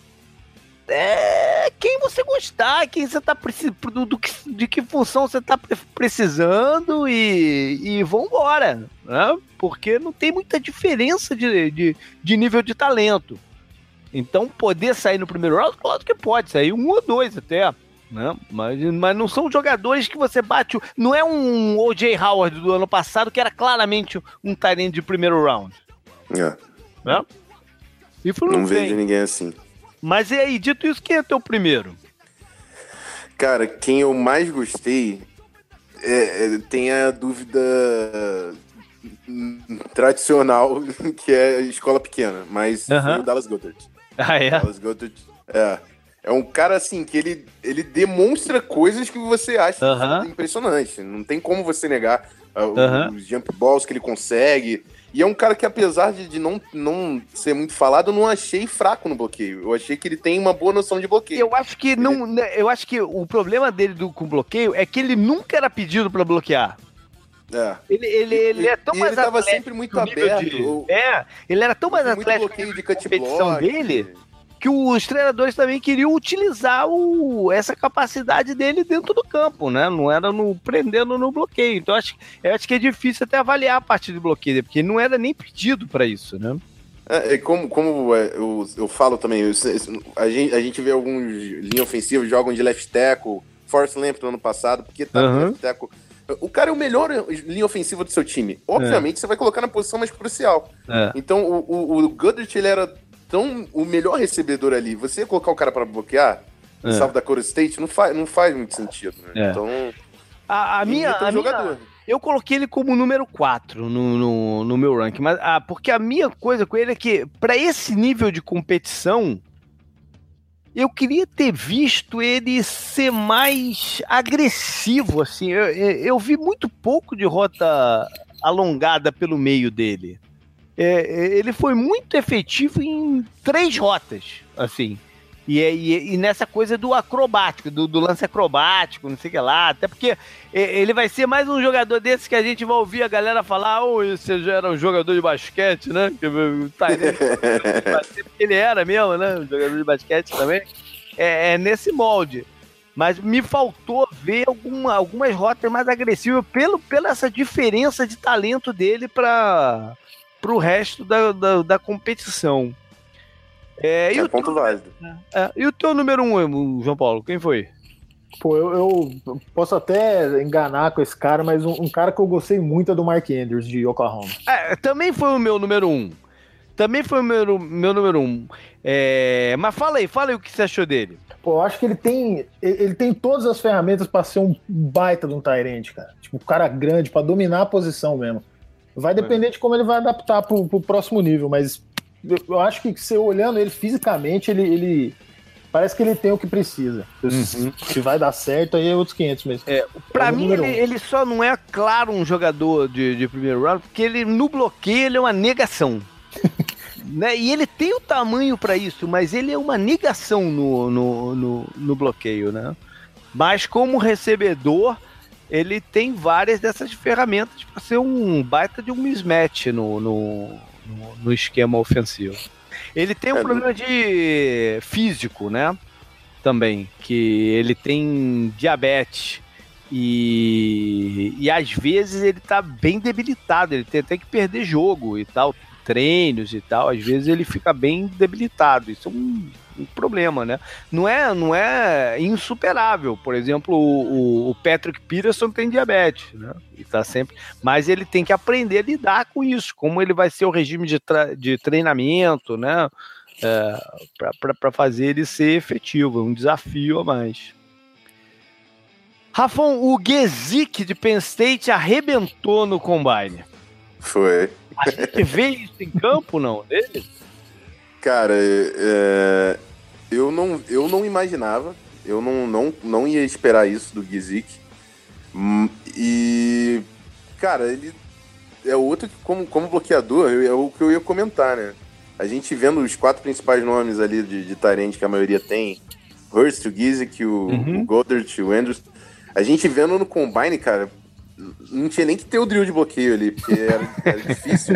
Speaker 1: é quem você gostar, quem você tá precisando, do que, de que função você tá precisando e, e vambora, né? Porque não tem muita diferença de, de, de nível de talento. Então, poder sair no primeiro round, claro que pode sair, um ou dois até, né? Mas, mas não são jogadores que você bate, não é um O J Howard do ano passado, que era claramente um tight end de primeiro round.
Speaker 3: É.
Speaker 1: Né? E foi
Speaker 3: não vejo ninguém assim.
Speaker 1: Mas e aí, dito isso, quem é teu primeiro?
Speaker 3: Cara, quem eu mais gostei é, é, tem a dúvida tradicional, que é a escola pequena, mas uh-huh. foi o Dallas Goedert.
Speaker 1: Ah, é?
Speaker 3: Dallas Goedert, é. É um cara, assim, que ele, ele demonstra coisas que você acha uh-huh. impressionante. Não tem como você negar uh, uh-huh. os jump balls que ele consegue. E é um cara que, apesar de, de não, não ser muito falado, eu não achei fraco no bloqueio. Eu achei que ele tem uma boa noção de bloqueio.
Speaker 1: Eu acho que, ele... não, eu acho que o problema dele do, com bloqueio é que ele nunca era pedido pra bloquear.
Speaker 3: É.
Speaker 1: Ele, ele, ele é tão
Speaker 3: e
Speaker 1: mais
Speaker 3: ele tava sempre muito aberto.
Speaker 1: De... Ou... É, ele era tão mais
Speaker 3: muito
Speaker 1: atlético
Speaker 3: bloqueio de cut
Speaker 1: competição
Speaker 3: block.
Speaker 1: dele que os treinadores também queriam utilizar o, essa capacidade dele dentro do campo, né? Não era no, prendendo no bloqueio. Então, acho, eu acho que é difícil até avaliar a parte de bloqueio, porque não era nem pedido para isso, né?
Speaker 3: É, é como, como eu, eu falo também, eu, a, gente, a gente vê alguns linha ofensivos jogam de left tackle, Forrest Lamp no ano passado, porque tá uhum. no left tackle. O cara é o melhor linha ofensiva do seu time. Obviamente, é. você vai colocar na posição mais crucial. É. Então, o, o, o Goedert, ele era tão o melhor recebedor ali. Você colocar o cara para bloquear, é. South Dakota State, não faz, não faz muito sentido. Né? É. Então,
Speaker 1: a, a minha, a minha, eu coloquei ele como número quatro no, no, no meu ranking, mas ah, porque a minha coisa com ele é que, para esse nível de competição, eu queria ter visto ele ser mais agressivo, assim. Eu, eu vi muito pouco de rota alongada pelo meio dele. É, ele foi muito efetivo em três rotas, assim. E, e, e nessa coisa do acrobático, do, do lance acrobático, não sei o que lá. Até porque ele vai ser mais um jogador desse que a gente vai ouvir a galera falar, oh, você já era um jogador de basquete, né? Ele era mesmo, né? Um jogador de basquete também. É, é nesse molde. Mas me faltou ver alguma, algumas rotas mais agressivas pelo, pela essa diferença de talento dele para o resto da, da, da competição. É, e
Speaker 3: é
Speaker 1: o
Speaker 3: ponto
Speaker 1: teu,
Speaker 3: válido.
Speaker 1: É, e o teu número um, João Paulo, quem foi?
Speaker 2: Pô, eu, eu posso até enganar com esse cara, mas um, um cara que eu gostei muito é do Mark Andrews, de Oklahoma.
Speaker 1: É, também foi o meu número um. Também foi o meu, meu número um. É, mas fala aí, fala aí o que você achou dele.
Speaker 2: Pô, eu acho que ele tem, ele tem todas as ferramentas para ser um baita de um tight end, cara. Tipo, um cara grande, para dominar a posição mesmo. Vai depender é. de como ele vai adaptar pro, pro próximo nível, mas eu acho que você olhando ele fisicamente, ele, ele parece que ele tem o que precisa. Uhum. Se vai dar certo, aí é outros quinhentos mesmo.
Speaker 1: É, pra é mim, ele, ele só não é, claro, um jogador de, de primeiro round, porque ele, no bloqueio, ele é uma negação. Né? E ele tem o tamanho para isso, mas ele é uma negação no, no, no, no bloqueio, né? Mas como recebedor, ele tem várias dessas ferramentas para ser um baita de um mismatch no, no, no, no esquema ofensivo. Ele tem um é, problema de físico, né? Também, que ele tem diabetes e, e às vezes ele tá bem debilitado, ele tem até que perder jogo e tal, treinos e tal, às vezes ele fica bem debilitado, isso é um, um problema, né? Não é, não é insuperável, por exemplo, o, o Patrick Peterson tem diabetes, né? E tá sempre, mas ele tem que aprender a lidar com isso, como ele vai ser o regime de, de treinamento, né? É, para fazer ele ser efetivo, é um desafio a mais. Rafão, o Gesicki de Penn State arrebentou no Combine.
Speaker 3: Foi.
Speaker 1: A gente vê isso em campo, não, dele?
Speaker 3: Cara, é, eu, não, eu não imaginava, eu não, não, não ia esperar isso do Gesicki. E, cara, ele é outro que, como, como bloqueador, é o que eu ia comentar, né? A gente vendo os quatro principais nomes ali de, de tight end que a maioria tem, Hurst, o Gesicki, o, uhum. o Goddard, o Andrews, a gente vendo no Combine, cara, não tinha nem que ter o drill de bloqueio ali, porque era, era difícil.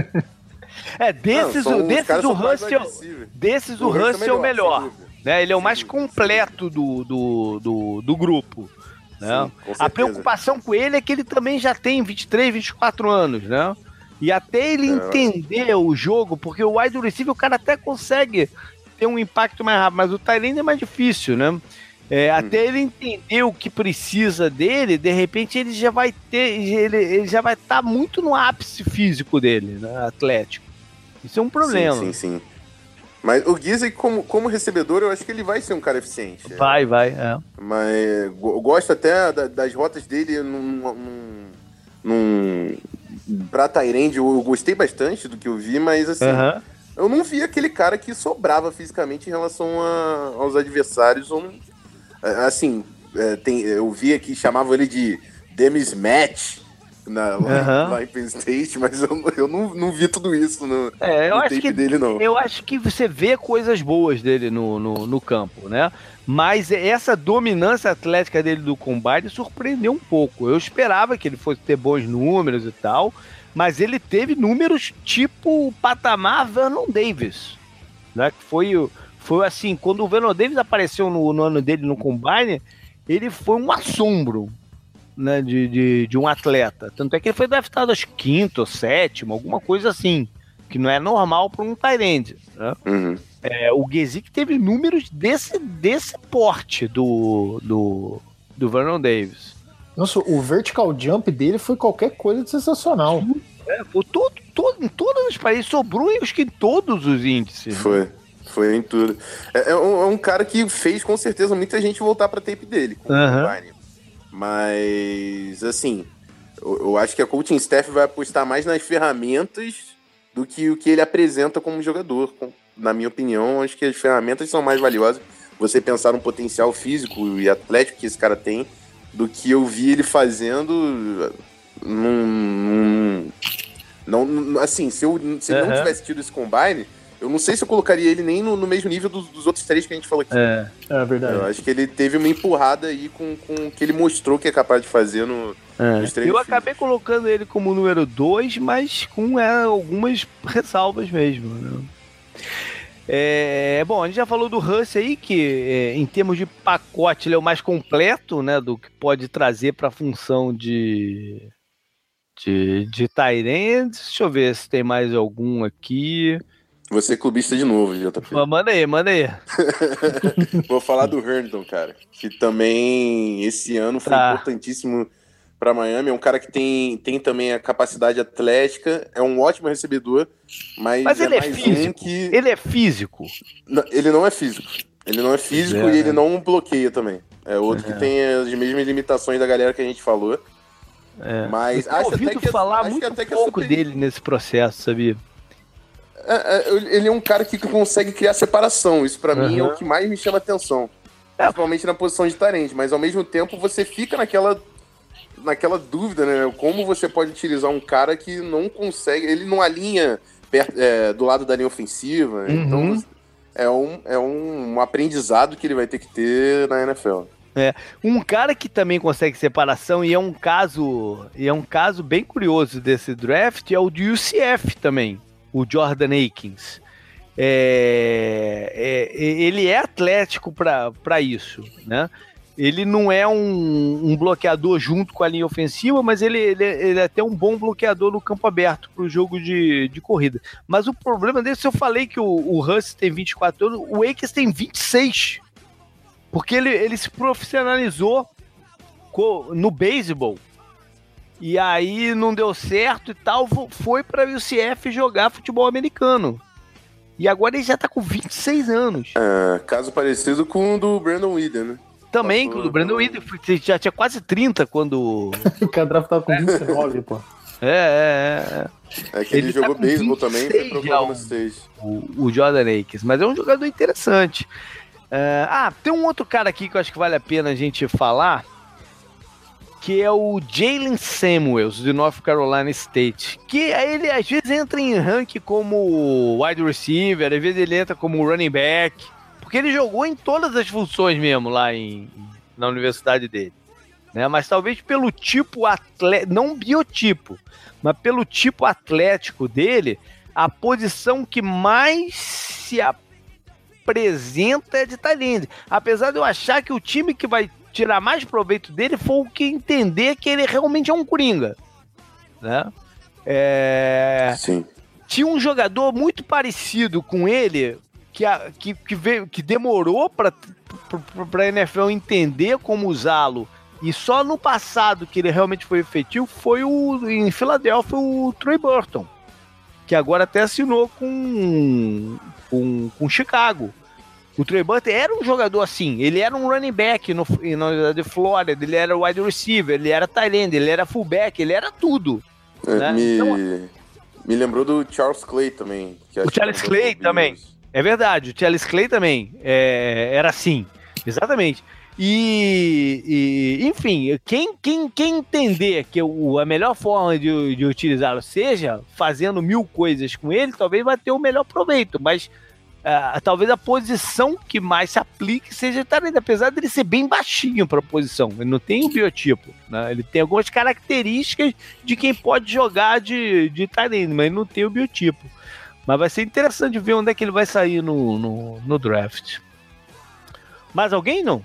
Speaker 1: É, desses, não, são, desses o Russell, desses o, o Russell é o melhor, melhor né? Ele é o mais completo do, do, do, do grupo. Né? Sim, a preocupação com ele é que ele também já tem vinte e três, vinte e quatro anos, né? E até ele é, entender o jogo, porque o wide receiver o cara até consegue ter um impacto mais rápido, mas o tight end é mais difícil, né? É, hum. Até ele entender o que precisa dele, de repente ele já vai ter, ele, ele já vai estar tá muito no ápice físico dele, né, atlético. Isso é um problema.
Speaker 3: Sim, sim, sim. Mas o Gesicki, como, como recebedor, eu acho que ele vai ser um cara eficiente.
Speaker 1: Vai, é. vai, é.
Speaker 3: Mas eu gosto até da, das rotas dele num, num, num, pra Tyrande, eu gostei bastante do que eu vi, mas assim, uh-huh. eu não vi aquele cara que sobrava fisicamente em relação a, aos adversários. Ou, assim, é, tem, eu vi aqui, chamavam ele de Demis Match na, lá, uhum. lá em Penn State, mas eu, eu não, não vi tudo isso no,
Speaker 1: é, eu
Speaker 3: no
Speaker 1: acho
Speaker 3: tape
Speaker 1: que,
Speaker 3: dele, não.
Speaker 1: Eu acho que você vê coisas boas dele no, no, no campo, né? Mas essa dominância atlética dele do combine surpreendeu um pouco. Eu esperava que ele fosse ter bons números e tal, mas ele teve números tipo o patamar Vernon Davis, né? Que foi, foi assim, quando o Vernon Davis apareceu no, no ano dele no combine, ele foi um assombro, né, de, de, de um atleta. Tanto é que ele foi draftado acho quinto ou sétimo, alguma coisa assim, que não é normal para um tight end, né?
Speaker 3: Uhum.
Speaker 1: É, o Gesicki teve números desse, desse porte do, do, do Vernon Davis.
Speaker 2: Nossa, o vertical jump dele foi qualquer coisa de sensacional.
Speaker 1: É, foi todo, todo, em todos os países, sobrou acho que em todos os índices.
Speaker 3: Foi, né? Foi em tudo. É, é, um, é um cara que fez com certeza muita gente voltar pra tape dele, com
Speaker 1: uhum.
Speaker 3: o Vine. Mas, assim, eu, eu acho que a coaching staff vai apostar mais nas ferramentas do que o que ele apresenta como jogador. Com, na minha opinião, acho que as ferramentas são mais valiosas. Você pensar no potencial físico e atlético que esse cara tem, do que eu vi ele fazendo num, num, não, assim, se eu se ele uhum. não tivesse tido esse combine, Eu não sei se eu colocaria ele nem no, no mesmo nível dos, dos outros três que a gente falou aqui.
Speaker 2: É, é verdade.
Speaker 3: Eu acho que ele teve uma empurrada aí com, com o que ele mostrou que é capaz de fazer no,
Speaker 1: é. nos treinos. Eu acabei físicos. colocando ele como número dois, mas com é, algumas ressalvas mesmo, né? É, bom, a gente já falou do Russ aí, que é, em termos de pacote ele é o mais completo, né, do que pode trazer para a função de, de, de tight end. Deixa eu ver se tem mais algum aqui.
Speaker 3: Você é clubista de novo, J P.
Speaker 1: Manda aí, manda aí.
Speaker 3: Vou falar do Herndon, cara, que também esse ano foi tá. importantíssimo para Miami. É um cara que tem, tem também a capacidade atlética, é um ótimo recebedor, mas,
Speaker 1: mas ele
Speaker 3: é,
Speaker 1: é
Speaker 3: mais
Speaker 1: físico.
Speaker 3: Um que...
Speaker 1: Ele é físico.
Speaker 3: Não, ele não é físico. Ele não é físico é, e ele não bloqueia também. É outro é. que tem as mesmas limitações da galera que a gente falou.
Speaker 1: É.
Speaker 3: Mas
Speaker 1: eu acho
Speaker 3: até
Speaker 1: que
Speaker 3: falar
Speaker 1: acho
Speaker 3: muito
Speaker 1: que até
Speaker 3: pouco
Speaker 1: que dele nesse processo, sabia?
Speaker 3: É, é, ele é um cara que consegue criar separação. Isso pra uhum. mim é o que mais me chama atenção. É. Principalmente na posição de tarente. Mas ao mesmo tempo você fica naquela, naquela dúvida, né? Como você pode utilizar um cara que não consegue... Ele não alinha perto, é, do lado da linha ofensiva. Uhum. Então é, um, é um, um aprendizado que ele vai ter que ter na N F L.
Speaker 1: É, um cara que também consegue separação, e é um caso, e é um caso bem curioso desse draft, é o de U C F também. O Jordan Akins. É, é, ele é atlético para isso, né? Ele não é um, um bloqueador junto com a linha ofensiva, mas ele, ele, ele é até um bom bloqueador no campo aberto para o jogo de, de corrida. Mas o problema dele, se eu falei que o, o Russ tem vinte e quatro anos, o Akins tem vinte e seis. Porque ele, ele se profissionalizou no beisebol. E aí não deu certo e tal, foi para o U C F jogar futebol americano. E agora ele já tá com vinte e seis anos.
Speaker 3: É, caso parecido com o do Brandon Whedon, né?
Speaker 1: Também, com o do Brandon Whedon, já tinha quase trinta quando...
Speaker 2: O Cadrafo tava com vinte e nove, pô.
Speaker 1: É,
Speaker 3: é, é. É que ele, ele jogou tá beisebol também, foi pro Oklahoma State.
Speaker 1: O, o Jordan Akins, mas é um jogador interessante. É, ah, tem um outro cara aqui que eu acho que vale a pena a gente falar, que é o Jalen Samuels, de North Carolina State, que ele às vezes entra em ranking como wide receiver, às vezes ele entra como running back, porque ele jogou em todas as funções mesmo lá em, na universidade dele, né? Mas talvez pelo tipo atlético, não biotipo, mas pelo tipo atlético dele, a posição que mais se apresenta é de tight end, apesar de eu achar que o time que vai tirar mais proveito dele foi o que entender que ele realmente é um coringa, né? É...
Speaker 3: Sim.
Speaker 1: Tinha um jogador muito parecido com ele que, a, que, que, veio, que demorou para a N F L entender como usá-lo, e só no passado que ele realmente foi efetivo foi o, em Filadélfia, o Trey Burton, que agora até assinou com, com, com Chicago. O Trey Burton era um jogador assim, ele era um running back no, no, de Flórida, ele era wide receiver, ele era tight end, ele era fullback, ele era tudo.
Speaker 3: É,
Speaker 1: né?
Speaker 3: me,
Speaker 1: então,
Speaker 3: me lembrou do Charles Clay também. Que
Speaker 1: o Charles Clay também, é verdade, o Charles Clay também é, era assim, exatamente. E, e enfim, quem, quem, quem entender que o, a melhor forma de, de utilizá-lo seja fazendo mil coisas com ele, talvez vai ter o melhor proveito, mas Uh, talvez a posição que mais se aplique seja tight end, apesar dele ser bem baixinho para a posição. Ele não tem o biotipo, né? Ele tem algumas características de quem pode jogar de, de tight end, mas ele não tem o biotipo. Mas vai ser interessante ver onde é que ele vai sair no, no, no draft. Mais alguém, não?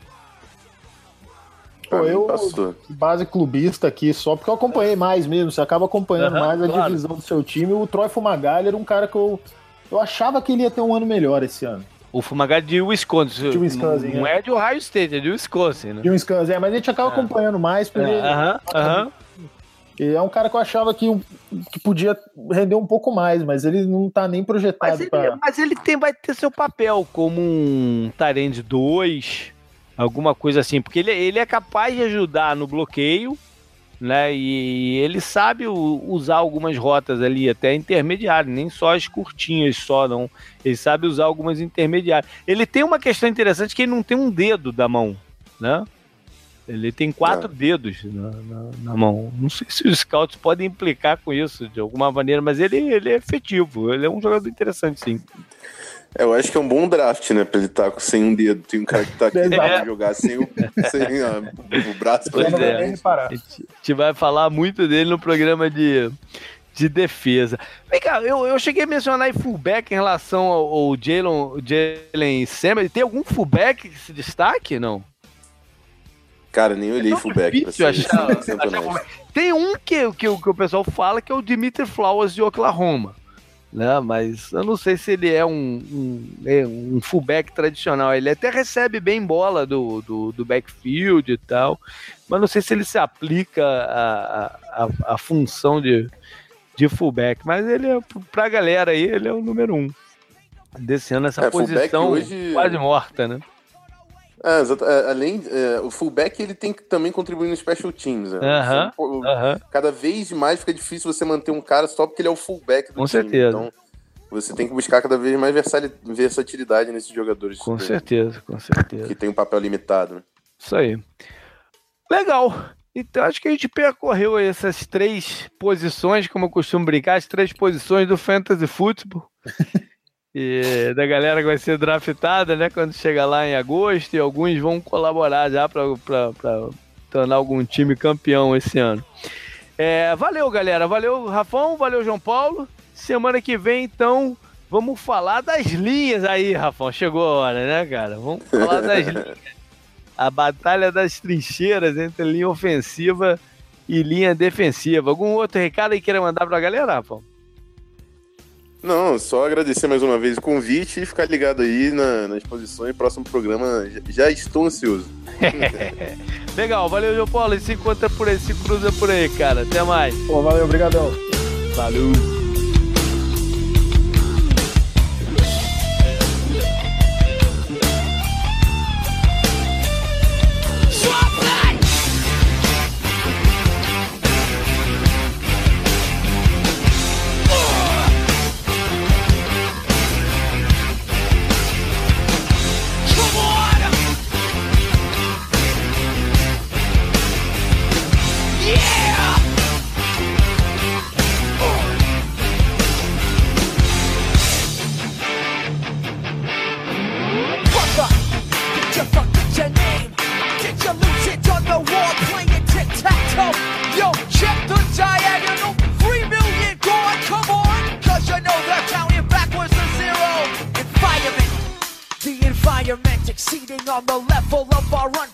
Speaker 2: Pô, eu, base clubista aqui, só porque eu acompanhei mais mesmo. Você acaba acompanhando uhum, mais a claro. divisão do seu time. O Troy Fumagalli era um cara que eu... Eu achava que ele ia ter um ano melhor esse ano.
Speaker 1: O Fumagalli de Wisconsin.
Speaker 2: De Wisconsin,
Speaker 1: não é. é de Ohio State, é de Wisconsin, né?
Speaker 2: De Wisconsin, é, mas a gente acaba é. acompanhando mais. Porque
Speaker 1: é, aham, aham.
Speaker 2: É um cara que eu achava que, que podia render um pouco mais, mas ele não tá nem projetado.
Speaker 1: Mas ele,
Speaker 2: pra...
Speaker 1: mas ele tem, vai ter seu papel como um tight end dois, alguma coisa assim, porque ele, ele é capaz de ajudar no bloqueio, né? E ele sabe usar algumas rotas ali, até intermediárias, nem só as curtinhas só, não. Ele sabe usar algumas intermediárias. Ele tem uma questão interessante que ele não tem um dedo da mão, né? Ele tem quatro é. dedos na, na, na mão. Não sei se os scouts podem implicar com isso de alguma maneira, mas ele, ele é efetivo. Ele é um jogador interessante, sim.
Speaker 3: É, eu acho que é um bom draft, né? Pra ele estar tá sem um dedo. Tem um cara que tá aqui pra é. jogar sem, o, sem ó, o braço. Pra
Speaker 1: pois é. A gente vai falar muito dele no programa de... de defesa. Vem cá, eu, eu cheguei a mencionar em fullback em relação ao, ao Jalen Samuels. Tem algum fullback que se destaque, não?
Speaker 3: Cara, nem olhei é fullback.
Speaker 1: Achar, achar Tem um que, que, que o pessoal fala que é o Dimitri Flowers de Oklahoma, né? Mas eu não sei se ele é um, um, um fullback tradicional. Ele até recebe bem bola do, do, do backfield e tal, mas não sei se ele se aplica a, a, a função de de fullback, mas ele é, pra galera aí, ele é o número um. Desse ano, essa é, posição hoje... quase morta, né?
Speaker 3: É, exato. É, além, é, o fullback, ele tem que também contribuir no special teams. Né?
Speaker 1: Uh-huh, então, uh-huh.
Speaker 3: Cada vez mais fica difícil você manter um cara só porque ele é o fullback do
Speaker 1: Com
Speaker 3: time.
Speaker 1: certeza.
Speaker 3: Então, você tem que buscar cada vez mais versatilidade nesses jogadores.
Speaker 1: Com certeza, com certeza.
Speaker 3: Que tem um papel limitado. Né?
Speaker 1: Isso aí. Legal. Então, acho que a gente percorreu essas três posições, como eu costumo brincar, as três posições do Fantasy Football. E da galera que vai ser draftada, né? Quando chega lá em agosto, e alguns vão colaborar já para tornar algum time campeão esse ano. É, valeu, galera. Valeu, Rafão. Valeu, João Paulo. Semana que vem, então, vamos falar das linhas aí, Rafão. Chegou a hora, né, cara? Vamos falar das linhas. A batalha das trincheiras entre linha ofensiva e linha defensiva. Algum outro recado aí queira mandar pra galera, Rafa?
Speaker 3: Não, só agradecer mais uma vez o convite e ficar ligado aí na, nas posições. Próximo programa, já, já estou ansioso.
Speaker 1: Legal, valeu, João Paulo. E se encontra por aí, se cruza por aí, cara. Até mais.
Speaker 2: Pô, valeu, obrigadão.
Speaker 1: Valeu.
Speaker 4: On the level of our run